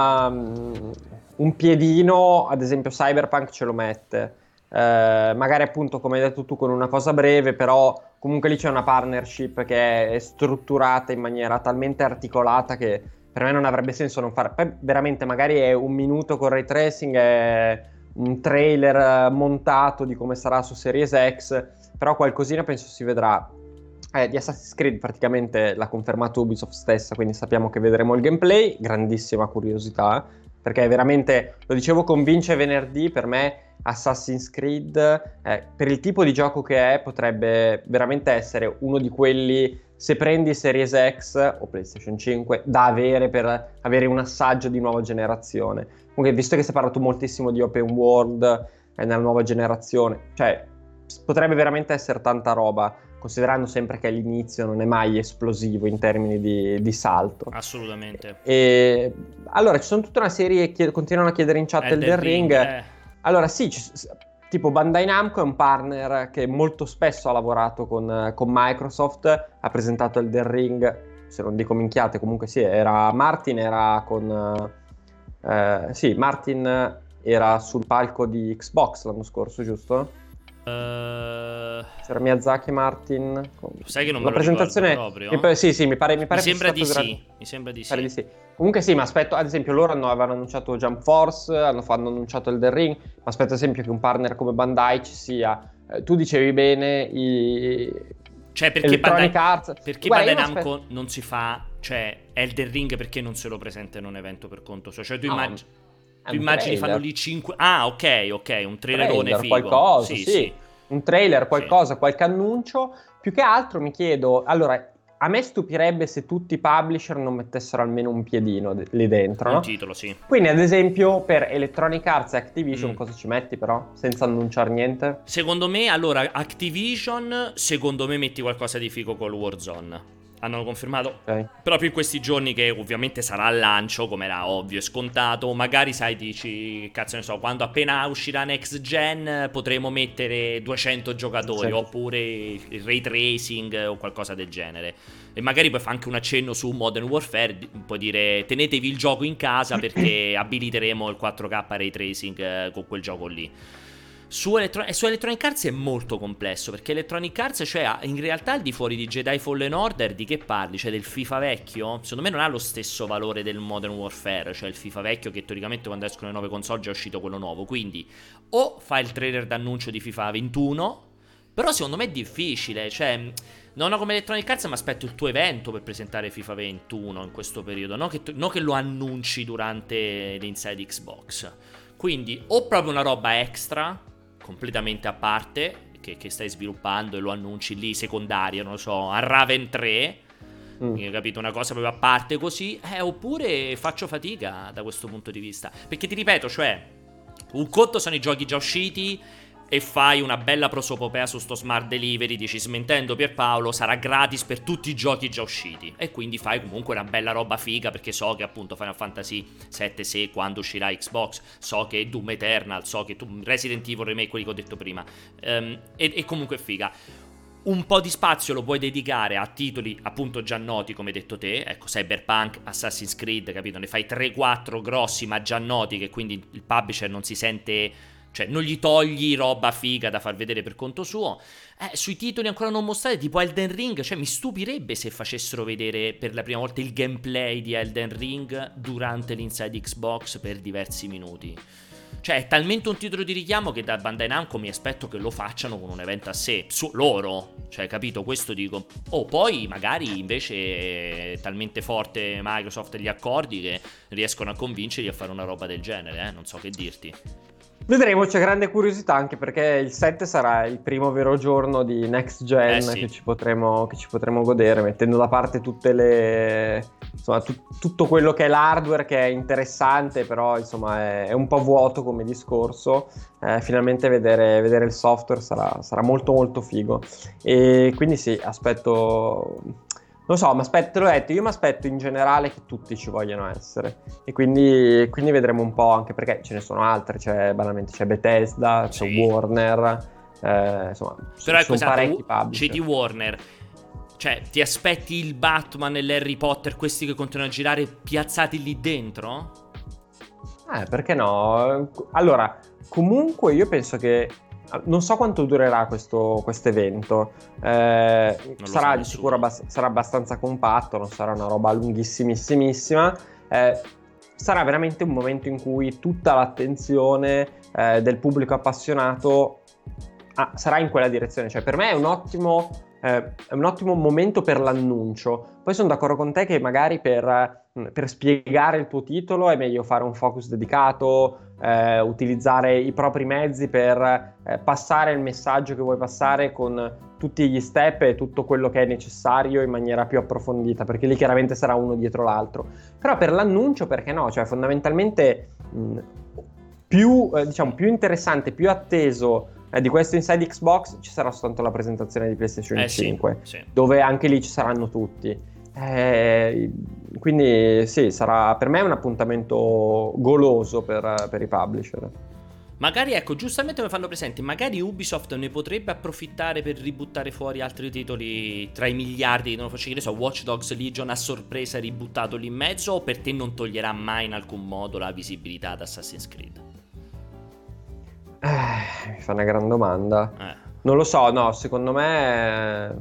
un piedino, ad esempio Cyberpunk ce lo mette. Magari appunto, come hai detto tu, con una cosa breve, però comunque lì c'è una partnership che è strutturata in maniera talmente articolata che per me non avrebbe senso non fare. Poi veramente magari è un minuto con ray tracing, è un trailer montato di come sarà su Series X, però qualcosina penso si vedrà. Di Assassin's Creed praticamente l'ha confermato Ubisoft stessa, quindi sappiamo che vedremo il gameplay, grandissima curiosità, perché veramente, lo dicevo con Vince venerdì, per me Assassin's Creed, per il tipo di gioco che è, potrebbe veramente essere uno di quelli, se prendi Series X o PlayStation 5, da avere per avere un assaggio di nuova generazione. Comunque, visto che si è parlato moltissimo di open world nella nuova generazione, cioè potrebbe veramente essere tanta roba, considerando sempre che all'inizio non è mai esplosivo in termini di salto. Assolutamente. E allora ci sono tutta una serie che continuano a chiedere in chat Elden Ring. Allora sì, tipo Bandai Namco è un partner che molto spesso ha lavorato con Microsoft, ha presentato Elden Ring, se non dico minchiate, comunque sì, Martin era sul palco di Xbox l'anno scorso, giusto? C'era Miyazaki e Martin. Sai che non me lo presentazione proprio. Sì, mi pare mi sembra di sì. Mi sembra di sì. Comunque sì, ma aspetto, ad esempio loro avevano annunciato Jump Force, hanno annunciato Elden Ring, ma aspetto ad esempio che un partner come Bandai ci sia. Tu dicevi bene cioè perché Electronic Arts. Perché Bandai Namco non si fa, cioè Elden Ring perché non se lo presenta in un evento per conto suo? Cioè tu immagini fanno lì 5. Ah, ok, un trailerone figo. Qualcosa, sì. Un trailer, qualcosa, qualche annuncio. Più che altro mi chiedo, allora, a me stupirebbe se tutti i publisher non mettessero almeno un piedino lì dentro, un titolo, sì. Quindi, ad esempio, per Electronic Arts e Activision cosa ci metti però? Senza annunciare niente? Secondo me, allora, Activision, secondo me metti qualcosa di figo col Warzone. Hanno confermato proprio in questi giorni che ovviamente sarà al lancio, come era ovvio e scontato. Magari sai, dici, cazzo ne so, quando appena uscirà Next Gen potremo mettere 200 giocatori, oppure il ray tracing o qualcosa del genere. E magari poi fa anche un accenno su Modern Warfare, puoi dire tenetevi il gioco in casa perché abiliteremo il 4K ray tracing con quel gioco lì. Su Electronic Arts è molto complesso, perché Electronic Arts, cioè in realtà al di fuori di Jedi Fallen Order di che parli? Cioè del FIFA vecchio? Secondo me non ha lo stesso valore del Modern Warfare, cioè il FIFA vecchio che teoricamente quando escono le nuove console già è uscito quello nuovo, quindi o fa il trailer d'annuncio di FIFA 21, però secondo me è difficile, cioè non ho come Electronic Arts, ma aspetto il tuo evento per presentare FIFA 21 in questo periodo, non che lo annunci durante l'Inside Xbox. Quindi o proprio una roba extra completamente a parte che stai sviluppando e lo annunci lì secondario, non lo so, a Raven 3, capito, una cosa proprio a parte così, oppure faccio fatica da questo punto di vista, perché ti ripeto, cioè un conto sono i giochi già usciti e fai una bella prosopopea su sto smart delivery, dici smentendo Pierpaolo sarà gratis per tutti i giochi già usciti, e quindi fai comunque una bella roba figa, perché so che appunto Final Fantasy 7 se quando uscirà Xbox, so che Doom Eternal, so che Resident Evil Remake, quelli che ho detto prima, e comunque è figa. Un po' di spazio lo puoi dedicare a titoli appunto già noti, come hai detto te, ecco, Cyberpunk, Assassin's Creed, capito, ne fai 3-4 grossi ma già noti, che quindi il publisher non si sente, cioè non gli togli roba figa da far vedere per conto suo. Sui titoli ancora non mostrati, tipo Elden Ring, cioè mi stupirebbe se facessero vedere per la prima volta il gameplay di Elden Ring durante l'Inside Xbox per diversi minuti. Cioè è talmente un titolo di richiamo che da Bandai Namco mi aspetto che lo facciano con un evento a sé, su loro, cioè capito, questo dico. Poi magari invece è talmente forte Microsoft e gli accordi che riescono a convincerli a fare una roba del genere, non so che dirti. Vedremo, c'è grande curiosità anche perché il 7 sarà il primo vero giorno di next gen sì. che ci potremo godere, mettendo da parte tutte le insomma tutto quello che è l'hardware, che è interessante, però insomma è un po' vuoto come discorso. Finalmente vedere il software sarà molto molto figo, e quindi sì, aspetto. Non so, te l'ho detto, io mi aspetto in generale che tutti ci vogliano essere, e quindi vedremo un po', anche perché ce ne sono altre, c'è Bethesda, c'è Warner, insomma, però sono parecchi publisher. C'è di Warner, cioè ti aspetti il Batman e l'Harry Potter, questi che continuano a girare, piazzati lì dentro? Perché no? Allora, comunque io penso che non so quanto durerà questo evento, sarà di sicuro sarà abbastanza compatto, non sarà una roba lunghissimissimissima, sarà veramente un momento in cui tutta l'attenzione del pubblico appassionato sarà in quella direzione. Cioè per me è un ottimo momento per l'annuncio. Poi sono d'accordo con te che magari per spiegare il tuo titolo è meglio fare un focus dedicato, utilizzare i propri mezzi per passare il messaggio che vuoi passare con tutti gli step e tutto quello che è necessario in maniera più approfondita, perché lì chiaramente sarà uno dietro l'altro. Però per l'annuncio, perché no? Cioè fondamentalmente più interessante, più atteso di questo Inside Xbox ci sarà soltanto la presentazione di PlayStation 5, sì. Dove anche lì ci saranno tutti. Quindi sì, sarà per me un appuntamento goloso per i publisher. Magari, ecco, giustamente mi fanno presente, magari Ubisoft ne potrebbe approfittare per ributtare fuori altri titoli tra i miliardi, non lo faccio, che so, Watch Dogs Legion a sorpresa ributtato lì in mezzo, o per te non toglierà mai in alcun modo la visibilità ad Assassin's Creed? Mi fa una gran domanda. Non lo so, no, secondo me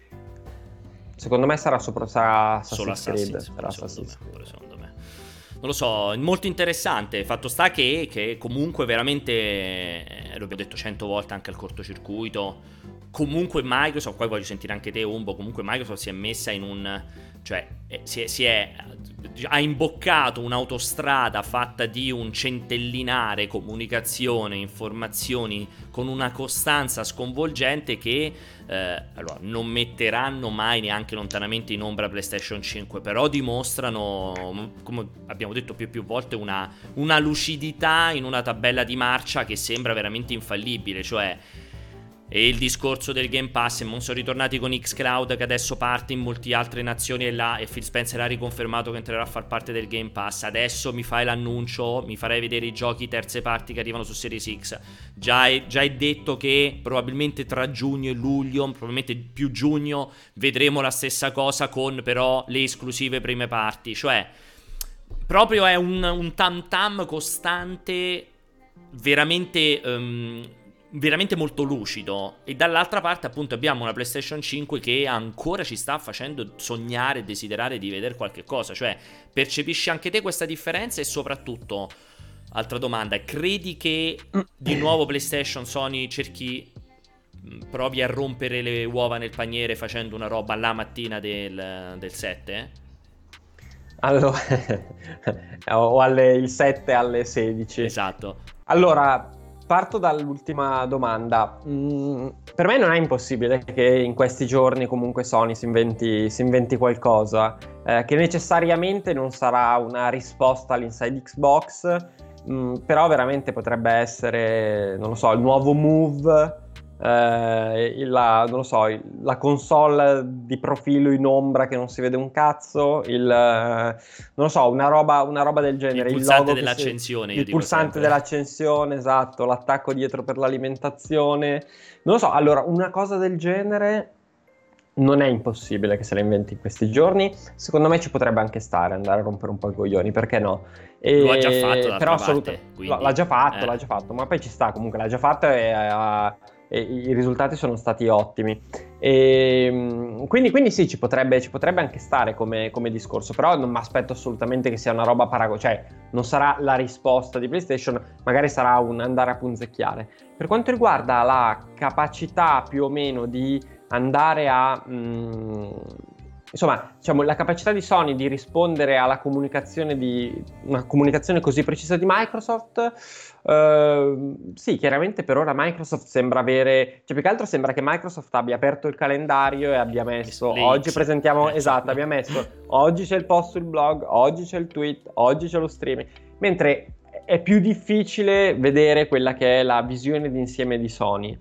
sarà Assassin's Creed. Secondo me. Non lo so, molto interessante. Fatto sta che comunque veramente, lo abbiamo detto 100 volte anche al cortocircuito, comunque Microsoft, poi voglio sentire anche te Umbo, comunque Microsoft si è messa in un... cioè ha imboccato un'autostrada fatta di un centellinare comunicazione, informazioni con una costanza sconvolgente che allora non metteranno mai neanche lontanamente in ombra PlayStation 5, però dimostrano, come abbiamo detto più volte, una lucidità in una tabella di marcia che sembra veramente infallibile. Cioè, e il discorso del Game Pass, e non sono ritornati con xCloud che adesso parte in molte altre nazioni, e Phil Spencer ha riconfermato che entrerà a far parte del Game Pass. Adesso mi fai l'annuncio, mi farai vedere i giochi terze parti che arrivano su Series X. Già è detto che probabilmente tra giugno e luglio, probabilmente più giugno, vedremo la stessa cosa con però le esclusive prime parti. Cioè proprio è un tam tam costante, veramente molto lucido. E dall'altra parte appunto abbiamo una PlayStation 5 che ancora ci sta facendo sognare e desiderare di vedere qualche cosa. Cioè, percepisci anche te questa differenza? E soprattutto, altra domanda, credi che di nuovo PlayStation, Sony provi a rompere le uova nel paniere facendo una roba la mattina del 7? Allora, o il 7 alle 16. Esatto. Allora, parto dall'ultima domanda. Per me non è impossibile che in questi giorni comunque Sony si inventi qualcosa, che necessariamente non sarà una risposta all'Inside Xbox, però veramente potrebbe essere, non lo so, il nuovo Move, la console di profilo in ombra che non si vede un cazzo, non lo so, una roba del genere, il pulsante dell'accensione, il pulsante dell'accensione, esatto, l'attacco dietro per l'alimentazione, non lo so. Allora, una cosa del genere non è impossibile che se la inventi in questi giorni. Secondo me ci potrebbe anche stare, andare a rompere un po' i coglioni, perché no? Lo ha già fatto, però l'ha già fatto, ma poi ci sta, comunque l'ha già fatto, e i risultati sono stati ottimi. Quindi sì, ci potrebbe anche stare come discorso, però non mi aspetto assolutamente che sia una roba cioè non sarà la risposta di PlayStation, magari sarà un andare a punzecchiare. Per quanto riguarda la capacità più o meno di andare a insomma, diciamo, la capacità di Sony di rispondere alla comunicazione una comunicazione così precisa di Microsoft, sì, chiaramente per ora Microsoft sembra avere, cioè più che altro sembra che Microsoft abbia aperto il calendario e abbia messo oggi presentiamo, esatto, abbia messo oggi c'è il post sul blog, oggi c'è il tweet, oggi c'è lo streaming, mentre è più difficile vedere quella che è la visione d'insieme di Sony.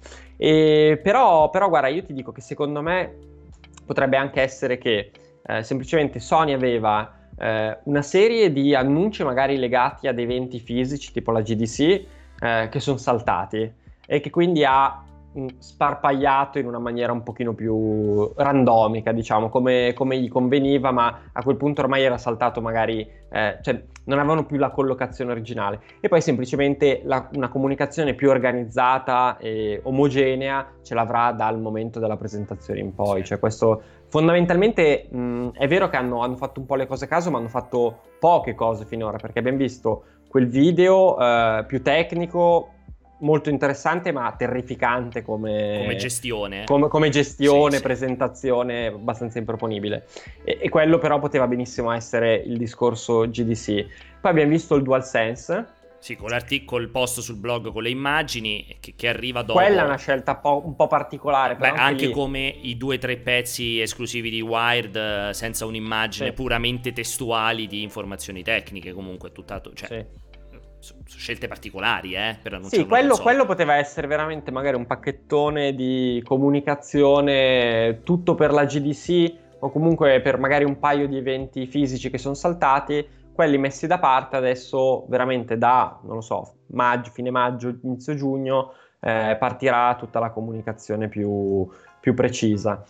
Però guarda, io ti dico che secondo me potrebbe anche essere che semplicemente Sony aveva una serie di annunci magari legati ad eventi fisici tipo la GDC che sono saltati e che quindi ha sparpagliato in una maniera un pochino più randomica, diciamo, come gli conveniva, ma a quel punto ormai era saltato magari, cioè non avevano più la collocazione originale. E poi semplicemente una comunicazione più organizzata e omogenea ce l'avrà dal momento della presentazione in poi. Cioè questo fondamentalmente è vero che hanno fatto un po' le cose a caso, ma hanno fatto poche cose finora, perché abbiamo visto quel video più tecnico, molto interessante ma terrificante come gestione, come gestione, sì. Presentazione abbastanza improponibile, e quello però poteva benissimo essere il discorso GDC. Poi abbiamo visto il DualSense, sì, con l'articolo, il post sul blog con le immagini che arriva dopo. Quella è una scelta un po' particolare. Però anche come i 2 o 3 pezzi esclusivi di Wired senza un'immagine, puramente testuali di informazioni tecniche, comunque tutt'altro, cioè scelte particolari per annunciare quello poteva essere veramente magari un pacchettone di comunicazione tutto per la GDC o comunque per magari un paio di eventi fisici che sono saltati, quelli messi da parte adesso veramente da, non lo so, fine maggio, inizio giugno partirà tutta la comunicazione più precisa.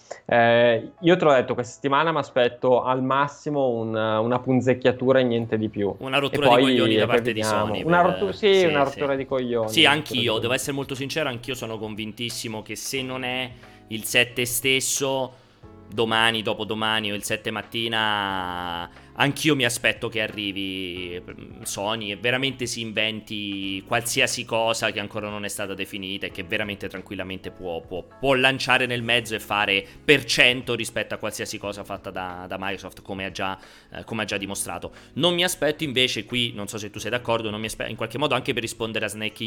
Io te l'ho detto, questa settimana mi aspetto al massimo una punzecchiatura e niente di più. Una rottura di coglioni da parte di Sony. Una rottura di coglioni. Sì, anch'io, devo essere molto sincero, anch'io sono convintissimo che se non è il 7 stesso, domani, dopodomani o il 7 mattina, anch'io mi aspetto che arrivi Sony e veramente si inventi qualsiasi cosa che ancora non è stata definita e che veramente tranquillamente può lanciare nel mezzo e fare per 100 rispetto a qualsiasi cosa fatta da Microsoft, come ha già dimostrato. Non mi aspetto invece, qui non so se tu sei d'accordo, non mi aspetto in qualche modo, anche per rispondere a Snake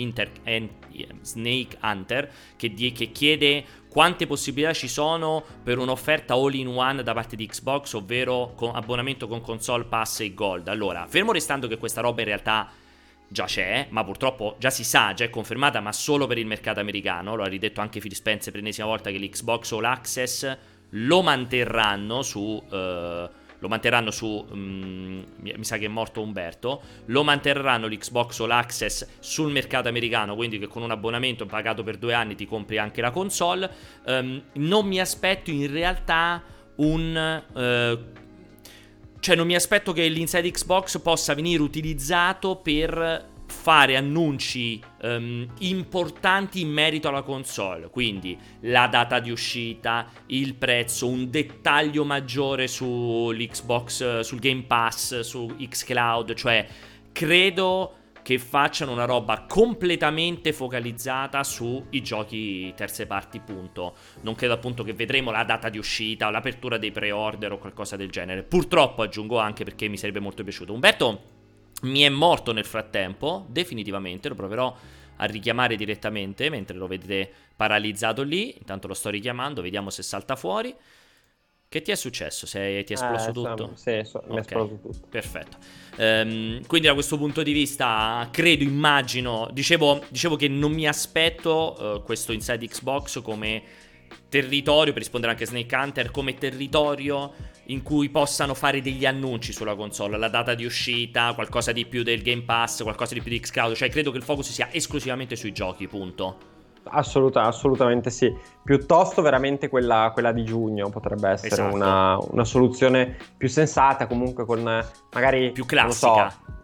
Hunter che chiede quante possibilità ci sono per un'offerta all-in-one da parte di Xbox, ovvero con abbonamento con console, pass e gold. Allora, fermo restando che questa roba in realtà già c'è, ma purtroppo già si sa, già è confermata, ma solo per il mercato americano. Lo ha ridetto anche Phil Spencer per l'ennesima volta, che l'Xbox All Access lo manterranno su mi sa che è morto Umberto, lo manterranno l'Xbox All Access sul mercato americano, quindi che con un abbonamento pagato per 2 anni ti compri anche la console. Non mi aspetto in realtà cioè non mi aspetto che l'Inside Xbox possa venire utilizzato per fare annunci importanti in merito alla console, quindi la data di uscita, il prezzo, un dettaglio maggiore sull'Xbox, sul Game Pass, su xCloud. Cioè credo che facciano una roba completamente focalizzata sui giochi terze parti, punto. Non credo appunto che vedremo la data di uscita o l'apertura dei pre-order o qualcosa del genere. Purtroppo, aggiungo anche, perché mi sarebbe molto piaciuto. Umberto mi è morto nel frattempo, definitivamente, lo proverò a richiamare direttamente mentre lo vedete paralizzato lì. Intanto lo sto richiamando, vediamo se salta fuori. Che ti è successo? Ti è esploso tutto? Sì, mi è esploso tutto. Perfetto. Quindi da questo punto di vista immagino, dicevo che non mi aspetto questo Inside Xbox come territorio, per rispondere anche a Snake Hunter, come territorio in cui possano fare degli annunci sulla console, la data di uscita, qualcosa di più del Game Pass, qualcosa di più di xCloud. Cioè credo che il focus sia esclusivamente sui giochi, punto. Assolutamente sì. Piuttosto veramente quella di giugno potrebbe essere una soluzione più sensata, comunque con magari più classica. Non lo so,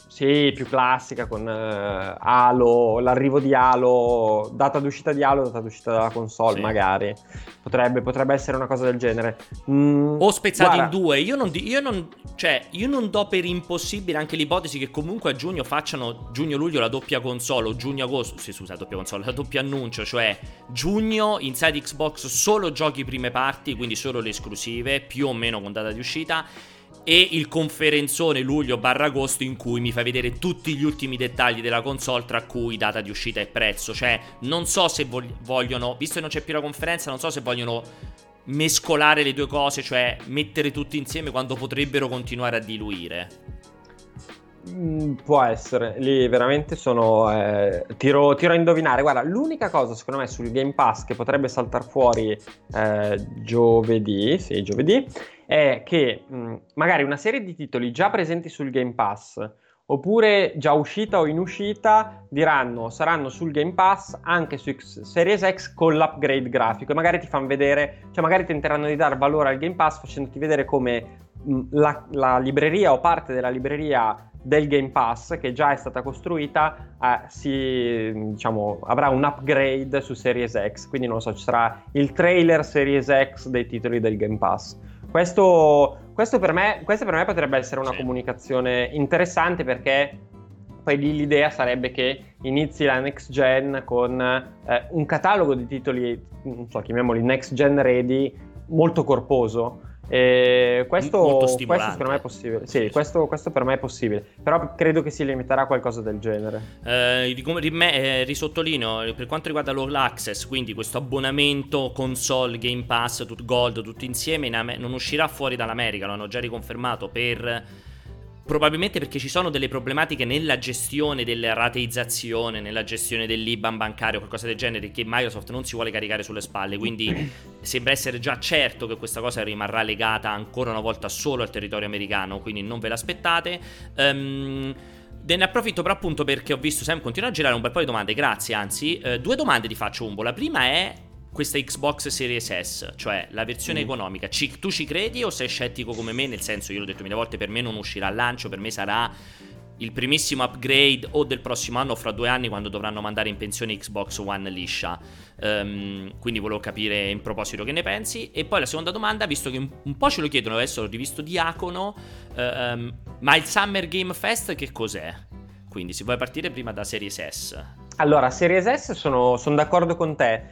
Sì, più classica con Halo, l'arrivo di Halo, data d'uscita di Halo, data d'uscita della console, sì. Magari. Potrebbe essere una cosa del genere. O spezzati in due. Io non do per impossibile anche l'ipotesi che comunque a giugno facciano giugno-luglio la doppia console, o giugno-agosto, sì, scusa, la doppia console, la doppia annuncio, cioè giugno inside Xbox solo giochi prime parti, quindi solo le esclusive, più o meno con data di uscita, e il conferenzone luglio/agosto in cui mi fai vedere tutti gli ultimi dettagli della console, tra cui data di uscita e prezzo. Cioè non so se vogliono, visto che non c'è più la conferenza, non so se vogliono mescolare le due cose, cioè mettere tutti insieme quando potrebbero continuare a diluire. Può essere, lì veramente sono tiro a indovinare. Guarda, l'unica cosa secondo me sul Game Pass che potrebbe saltare fuori giovedì è che magari una serie di titoli già presenti sul Game Pass, oppure già uscita o in uscita, saranno sul Game Pass anche su Series X con l'upgrade grafico, e magari ti fanno vedere, cioè magari tenteranno di dar valore al Game Pass facendoti vedere come la libreria o parte della libreria del Game Pass, che già è stata costruita, avrà un upgrade su Series X. Quindi non so, ci sarà il trailer Series X dei titoli del Game Pass. Questo per me potrebbe essere una comunicazione interessante, perché poi lì l'idea sarebbe che inizi la next gen con un catalogo di titoli, non so, chiamiamoli next gen ready, molto corposo. Questo secondo me è possibile. Sì. Questo per me è possibile. Però credo che si limiterà a qualcosa del genere. Risottolineo, per quanto riguarda l'All Access, quindi questo abbonamento console, Game Pass, Gold, tutto insieme, non uscirà fuori dall'America. Lo hanno già riconfermato, probabilmente perché ci sono delle problematiche nella gestione della rateizzazione, nella gestione dell'IBAN bancario, qualcosa del genere, che Microsoft non si vuole caricare sulle spalle. Quindi sembra essere già certo che questa cosa rimarrà legata ancora una volta solo al territorio americano, quindi non ve l'aspettate. Ne approfitto però appunto perché ho visto Sam continua a girare un bel po' di domande, grazie, anzi due domande ti faccio, Umbo. La prima è questa Xbox Series S, cioè la versione economica, tu ci credi o sei scettico come me? Nel senso, io l'ho detto mille volte, per me non uscirà al lancio, per me sarà il primissimo upgrade o del prossimo anno o fra 2 anni, quando dovranno mandare in pensione Xbox One liscia. Quindi volevo capire in proposito che ne pensi. E poi la seconda domanda, visto che un po' ce lo chiedono, adesso ho rivisto Diacono, ma il Summer Game Fest che cos'è? Quindi si vuole partire prima da Series S. Allora, Series S sono d'accordo con te.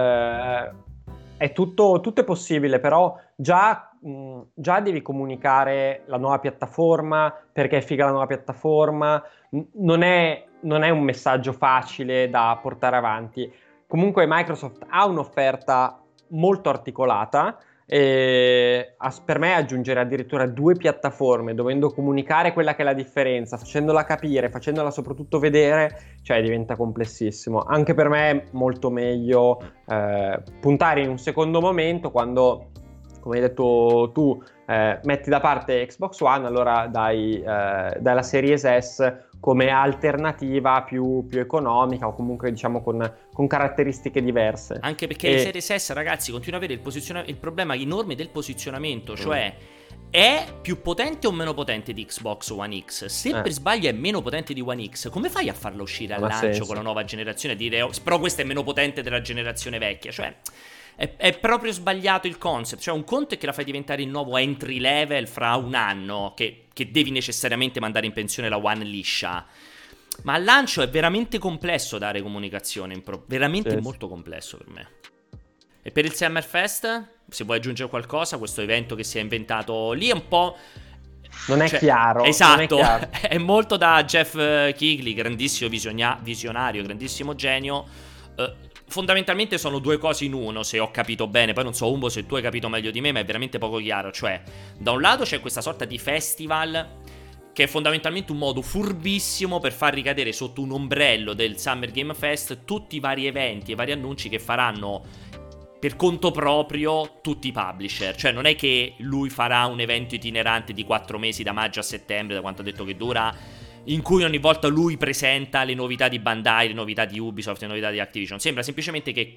È tutto è possibile, però già devi comunicare la nuova piattaforma, perché è figa la nuova piattaforma. Non è un messaggio facile da portare avanti. Comunque Microsoft ha un'offerta molto articolata, e per me aggiungere addirittura 2 piattaforme, dovendo comunicare quella che è la differenza, facendola capire, facendola soprattutto vedere, cioè diventa complessissimo. Anche per me è molto meglio puntare in un secondo momento, quando, come hai detto tu, metti da parte Xbox One, allora dai la Series S come alternativa più economica, o comunque diciamo con caratteristiche diverse. Anche perché le Series S, ragazzi, continua ad avere il problema enorme del posizionamento, cioè è più potente o meno potente di Xbox One X? Se per sbaglio è meno potente di One X, come fai a farla uscire al lancio con la nuova generazione, a dire però questa è meno potente della generazione vecchia? Cioè è proprio sbagliato il concept. Cioè un conto è che la fai diventare il nuovo entry level fra un anno, che devi necessariamente mandare in pensione la One liscia, ma al lancio è veramente complesso dare comunicazione, veramente molto complesso per me. E per il Summer Fest, se vuoi aggiungere qualcosa, questo evento che si è inventato lì è un po'... Non è chiaro. Esatto, non è chiaro. È molto da Jeff Keighley, grandissimo visionario, grandissimo genio. Fondamentalmente sono 2 cose in uno, se ho capito bene. Poi non so, Umbo, se tu hai capito meglio di me, ma è veramente poco chiaro. Cioè, da un lato c'è questa sorta di festival che è fondamentalmente un modo furbissimo per far ricadere sotto un ombrello del Summer Game Fest tutti i vari eventi e vari annunci che faranno per conto proprio tutti i publisher. Cioè non è che lui farà un evento itinerante di 4 mesi, da maggio a settembre, da quanto ha detto che dura, in cui ogni volta lui presenta le novità di Bandai, le novità di Ubisoft, le novità di Activision. Sembra semplicemente che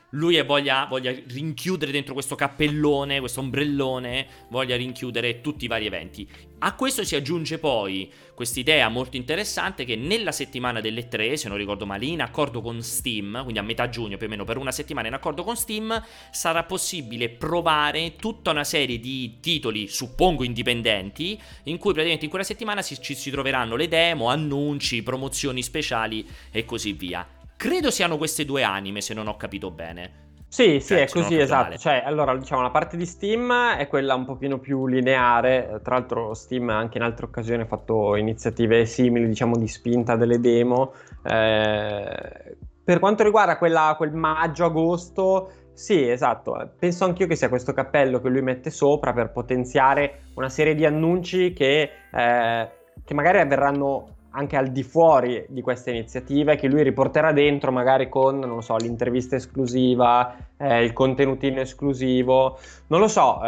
lui voglia rinchiudere dentro questo cappellone, questo ombrellone, voglia rinchiudere tutti i vari eventi. A questo si aggiunge poi quest'idea molto interessante che nella settimana delle 3, se non ricordo male, in accordo con Steam, quindi a metà giugno più o meno, per una settimana in accordo con Steam, sarà possibile provare tutta una serie di titoli, suppongo indipendenti, in cui praticamente in quella settimana ci si troveranno le demo, annunci, promozioni speciali e così via. Credo siano queste due anime, se non ho capito bene. Sì, è così, esatto. Cioè, allora, diciamo, la parte di Steam è quella un pochino più lineare. Tra l'altro Steam anche in altre occasioni ha fatto iniziative simili, diciamo, di spinta delle demo. Per quanto riguarda quel maggio-agosto, sì, esatto. Penso anch'io che sia questo cappello che lui mette sopra per potenziare una serie di annunci che magari avverranno anche al di fuori di queste iniziative, che lui riporterà dentro magari con, non lo so, l'intervista esclusiva, il contenutino esclusivo, non lo so,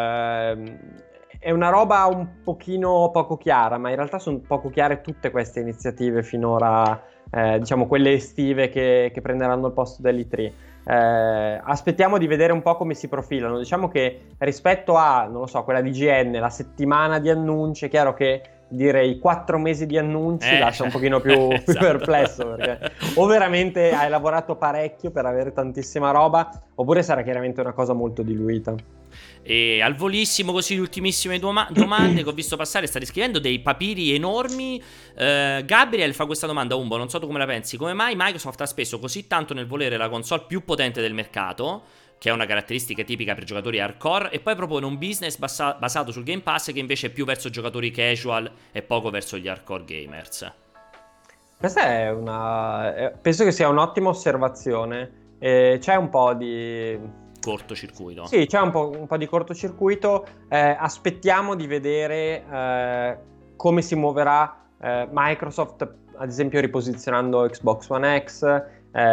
è una roba un pochino poco chiara, ma in realtà sono poco chiare tutte queste iniziative finora, diciamo quelle estive che prenderanno il posto dell'E3. Aspettiamo di vedere un po' come si profilano. Diciamo che rispetto a, non lo so, quella di IGN, la settimana di annunci, è chiaro che direi 4 mesi di annunci lascia un pochino più esatto. perplesso, perché o veramente hai lavorato parecchio per avere tantissima roba, oppure sarà chiaramente una cosa molto diluita. E al volissimo, così, le ultimissime domande che ho visto passare, state scrivendo dei papiri enormi. Gabriel fa questa domanda: Umbo, non so tu come la pensi, come mai Microsoft ha speso così tanto nel volere la console più potente del mercato, che è una caratteristica tipica per giocatori hardcore, e poi propone un business basato sul Game Pass che invece è più verso giocatori casual e poco verso gli hardcore gamers? Questa è penso che sia un'ottima osservazione. C'è un po' di cortocircuito. Sì, c'è un po' di cortocircuito. Aspettiamo di vedere come si muoverà Microsoft, ad esempio riposizionando Xbox One X,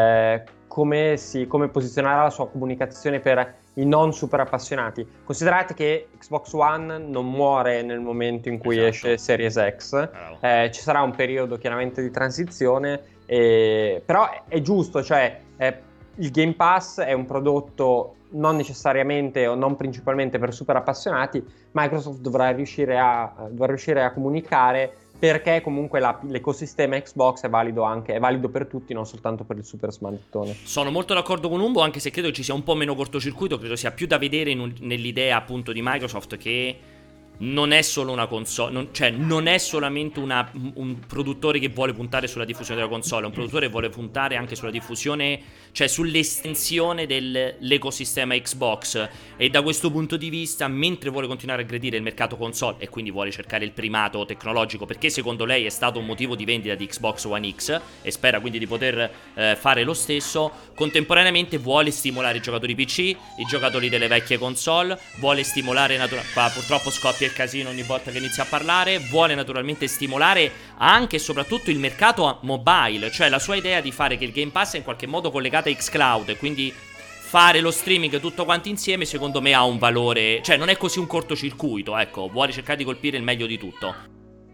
come posizionerà la sua comunicazione per i non super appassionati. Considerate che Xbox One non muore nel momento in cui esce Series X, ci sarà un periodo chiaramente di transizione, però è giusto, cioè il Game Pass è un prodotto non necessariamente o non principalmente per super appassionati. Microsoft dovrà riuscire a comunicare, perché comunque l'ecosistema Xbox è valido per tutti, non soltanto per il super smanettone. Sono molto d'accordo con Umbo, anche se credo ci sia un po' meno cortocircuito, credo sia più da vedere nell'idea appunto di Microsoft, che non è solo una console, cioè non è solamente un produttore che vuole puntare sulla diffusione della console, è un produttore che vuole puntare anche sulla diffusione, cioè sull'estensione dell'ecosistema Xbox, e da questo punto di vista, mentre vuole continuare a aggredire il mercato console e quindi vuole cercare il primato tecnologico, perché secondo lei è stato un motivo di vendita di Xbox One X e spera quindi di poter fare lo stesso, contemporaneamente vuole stimolare i giocatori PC, i giocatori delle vecchie console, vuole stimolare qua purtroppo scoppia il casino ogni volta che inizia a parlare, vuole naturalmente stimolare anche e soprattutto il mercato mobile, cioè la sua idea di fare che il Game Pass è in qualche modo collegato a xCloud e quindi fare lo streaming tutto quanto insieme, secondo me ha un valore, cioè non è così un cortocircuito, ecco, vuole cercare di colpire il meglio di tutto.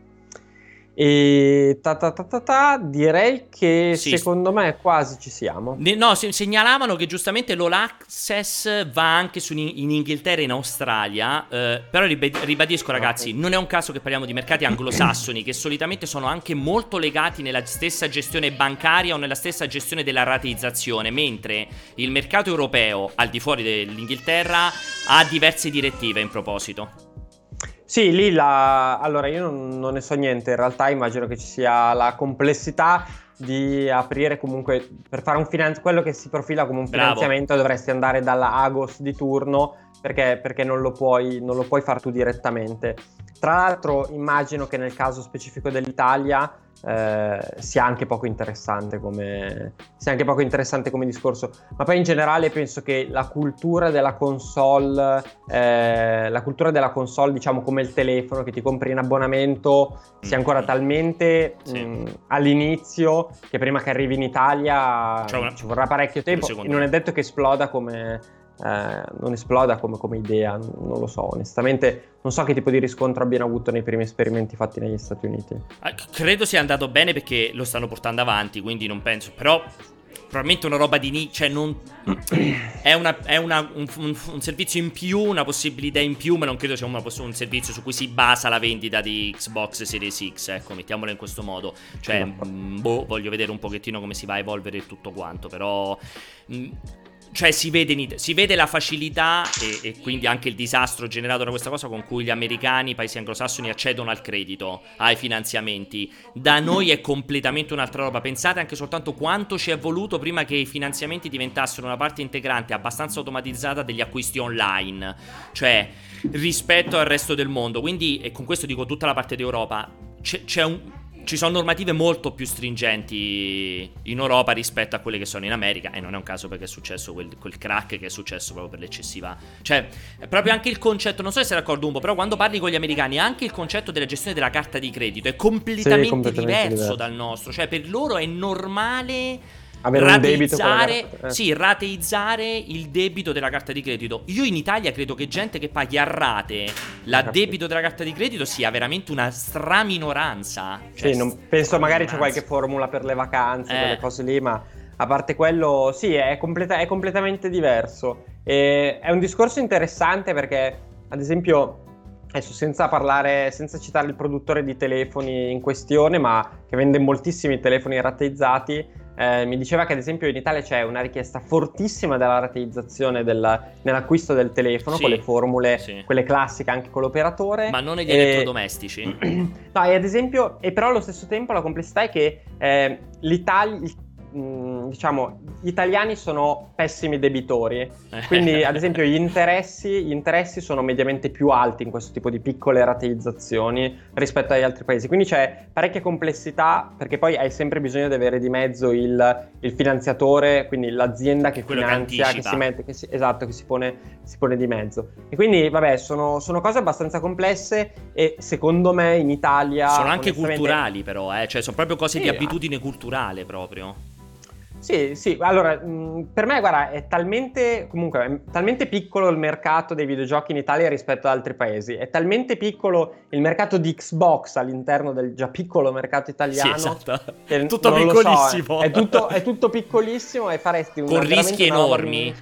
E direi che sì, secondo me quasi ci siamo. No, segnalavano che giustamente l'All Access va anche in Inghilterra e in Australia, però ribadisco ragazzi, non è un caso che parliamo di mercati anglosassoni che solitamente sono anche molto legati nella stessa gestione bancaria o nella stessa gestione della rateizzazione, mentre il mercato europeo al di fuori dell'Inghilterra ha diverse direttive in proposito. Sì, lì allora io non ne so niente, in realtà immagino che ci sia la complessità di aprire comunque, per fare quello che si profila come un finanziamento dovresti andare dalla Agos di turno, perché non lo puoi far tu direttamente. Tra l'altro immagino che nel caso specifico dell'Italia sia anche poco interessante come discorso, ma poi in generale penso che la cultura della console, diciamo come il telefono, che ti compri in abbonamento, sia ancora talmente all'inizio, che prima che arrivi in Italia ci vorrà parecchio tempo, e non è detto che esploda non esploda come idea, non lo so, onestamente non so che tipo di riscontro abbiano avuto nei primi esperimenti fatti negli Stati Uniti. Credo sia andato bene perché lo stanno portando avanti, quindi non penso, però probabilmente una roba di cioè non è un servizio in più, una possibilità in più, ma non credo sia un servizio su cui si basa la vendita di Xbox Series X, ecco, mettiamolo in questo modo. Cioè, voglio vedere un pochettino come si va a evolvere tutto quanto, però cioè si vede la facilità e quindi anche il disastro generato da questa cosa con cui gli americani, i paesi anglosassoni accedono al credito, ai finanziamenti. Da noi è completamente un'altra roba. Pensate anche soltanto quanto ci è voluto prima che i finanziamenti diventassero una parte integrante abbastanza automatizzata degli acquisti online, cioè rispetto al resto del mondo. Quindi, e con questo dico tutta la parte d'Europa, ci sono normative molto più stringenti in Europa rispetto a quelle che sono in America, e non è un caso perché è successo quel crack che è successo proprio per l'eccessiva. Cioè, proprio anche il concetto, non so se sei d'accordo Umbo, però quando parli con gli americani anche il concetto della gestione della carta di credito è completamente diverso dal nostro. Cioè, per loro è normale avere un debito rateizzare il debito della carta di credito. Io in Italia credo che gente che paghi a rate debito della carta di credito sia veramente una straminoranza. Cioè, sì, non penso magari c'è qualche formula per le vacanze, quelle cose lì, ma a parte quello sì, è completamente diverso. E è un discorso interessante perché, ad esempio, adesso senza citare il produttore di telefoni in questione, ma che vende moltissimi telefoni rateizzati, mi diceva che ad esempio in Italia c'è una richiesta fortissima della rateizzazione nell'acquisto del telefono, con le formule, quelle classiche anche con l'operatore. Ma non negli elettrodomestici? No, e ad esempio, e però allo stesso tempo la complessità è che diciamo, gli italiani sono pessimi debitori, quindi ad esempio gli interessi sono mediamente più alti in questo tipo di piccole rateizzazioni rispetto agli altri paesi, quindi c'è parecchia complessità, perché poi hai sempre bisogno di avere di mezzo il finanziatore, quindi l'azienda che finanzia, che si mette, che si pone di mezzo, e quindi vabbè, sono cose abbastanza complesse, e secondo me in Italia sono anche culturali, però cioè sono proprio cose di abitudine culturale proprio. Sì, allora, per me, guarda, è talmente piccolo il mercato dei videogiochi in Italia rispetto ad altri paesi, è talmente piccolo il mercato di Xbox all'interno del già piccolo mercato italiano. Sì, esatto. Tutto piccolissimo. È tutto piccolissimo, e faresti con rischi enormi,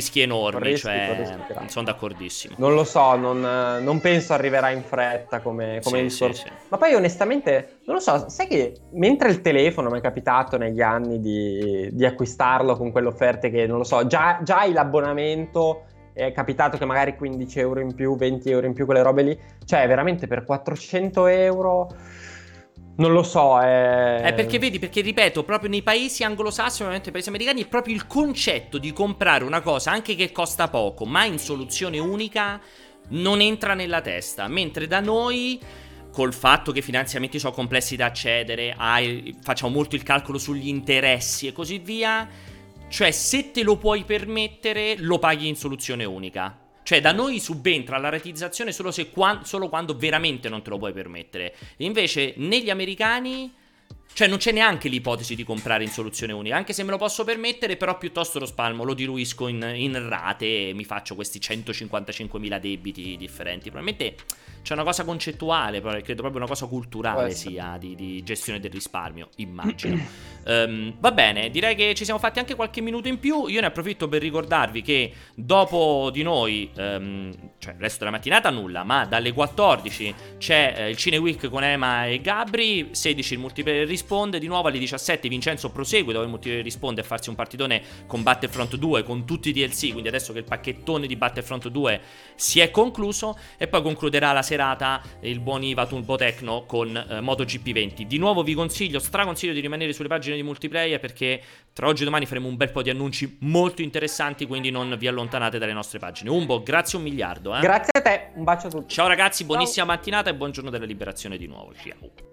sono d'accordissimo. Non lo so, non penso arriverà in fretta come discorso. Sì. Ma poi onestamente, non lo so, sai che mentre il telefono mi è capitato negli anni di acquistarlo con quelle offerte che, non lo so, già hai l'abbonamento, è capitato che magari 15 euro in più, 20 euro in più, quelle robe lì, cioè veramente per 400 euro non lo so, perché vedi, perché ripeto, proprio nei paesi anglosassoni, ovviamente nei paesi americani, è proprio il concetto di comprare una cosa anche che costa poco ma in soluzione unica non entra nella testa, mentre da noi, col fatto che i finanziamenti sono complessi da accedere, facciamo molto il calcolo sugli interessi e così via, cioè se te lo puoi permettere lo paghi in soluzione unica. Cioè da noi subentra la ratizzazione solo quando veramente non te lo puoi permettere. E invece negli americani, cioè non c'è neanche l'ipotesi di comprare in soluzione unica, anche se me lo posso permettere, però piuttosto lo spalmo, lo diluisco in rate e mi faccio questi 155.000 debiti differenti. Probabilmente c'è una cosa concettuale, però credo proprio una cosa culturale sia di gestione del risparmio, immagino. Va bene, direi che ci siamo fatti anche qualche minuto in più. Io ne approfitto per ricordarvi che dopo di noi, cioè il resto della mattinata nulla, ma dalle 14 c'è il Cine Week con Ema e Gabri, 16 il multiplayer risponde, di nuovo alle 17 Vincenzo prosegue dove il multiplayer risponde a farsi un partitone con Battlefront 2 con tutti i DLC, quindi adesso che il pacchettone di Battlefront 2 si è concluso, e poi concluderà la serata il buon Iva Turbotecno con MotoGP 20. Di nuovo vi straconsiglio di rimanere sulle pagine di multiplayer, perché tra oggi e domani faremo un bel po' di annunci molto interessanti, quindi non vi allontanate dalle nostre pagine. Umbo, grazie 1 miliardo. Grazie a te, un bacio a tutti. Ciao ragazzi, buonissima mattinata e buon giorno della liberazione di nuovo. Ciao.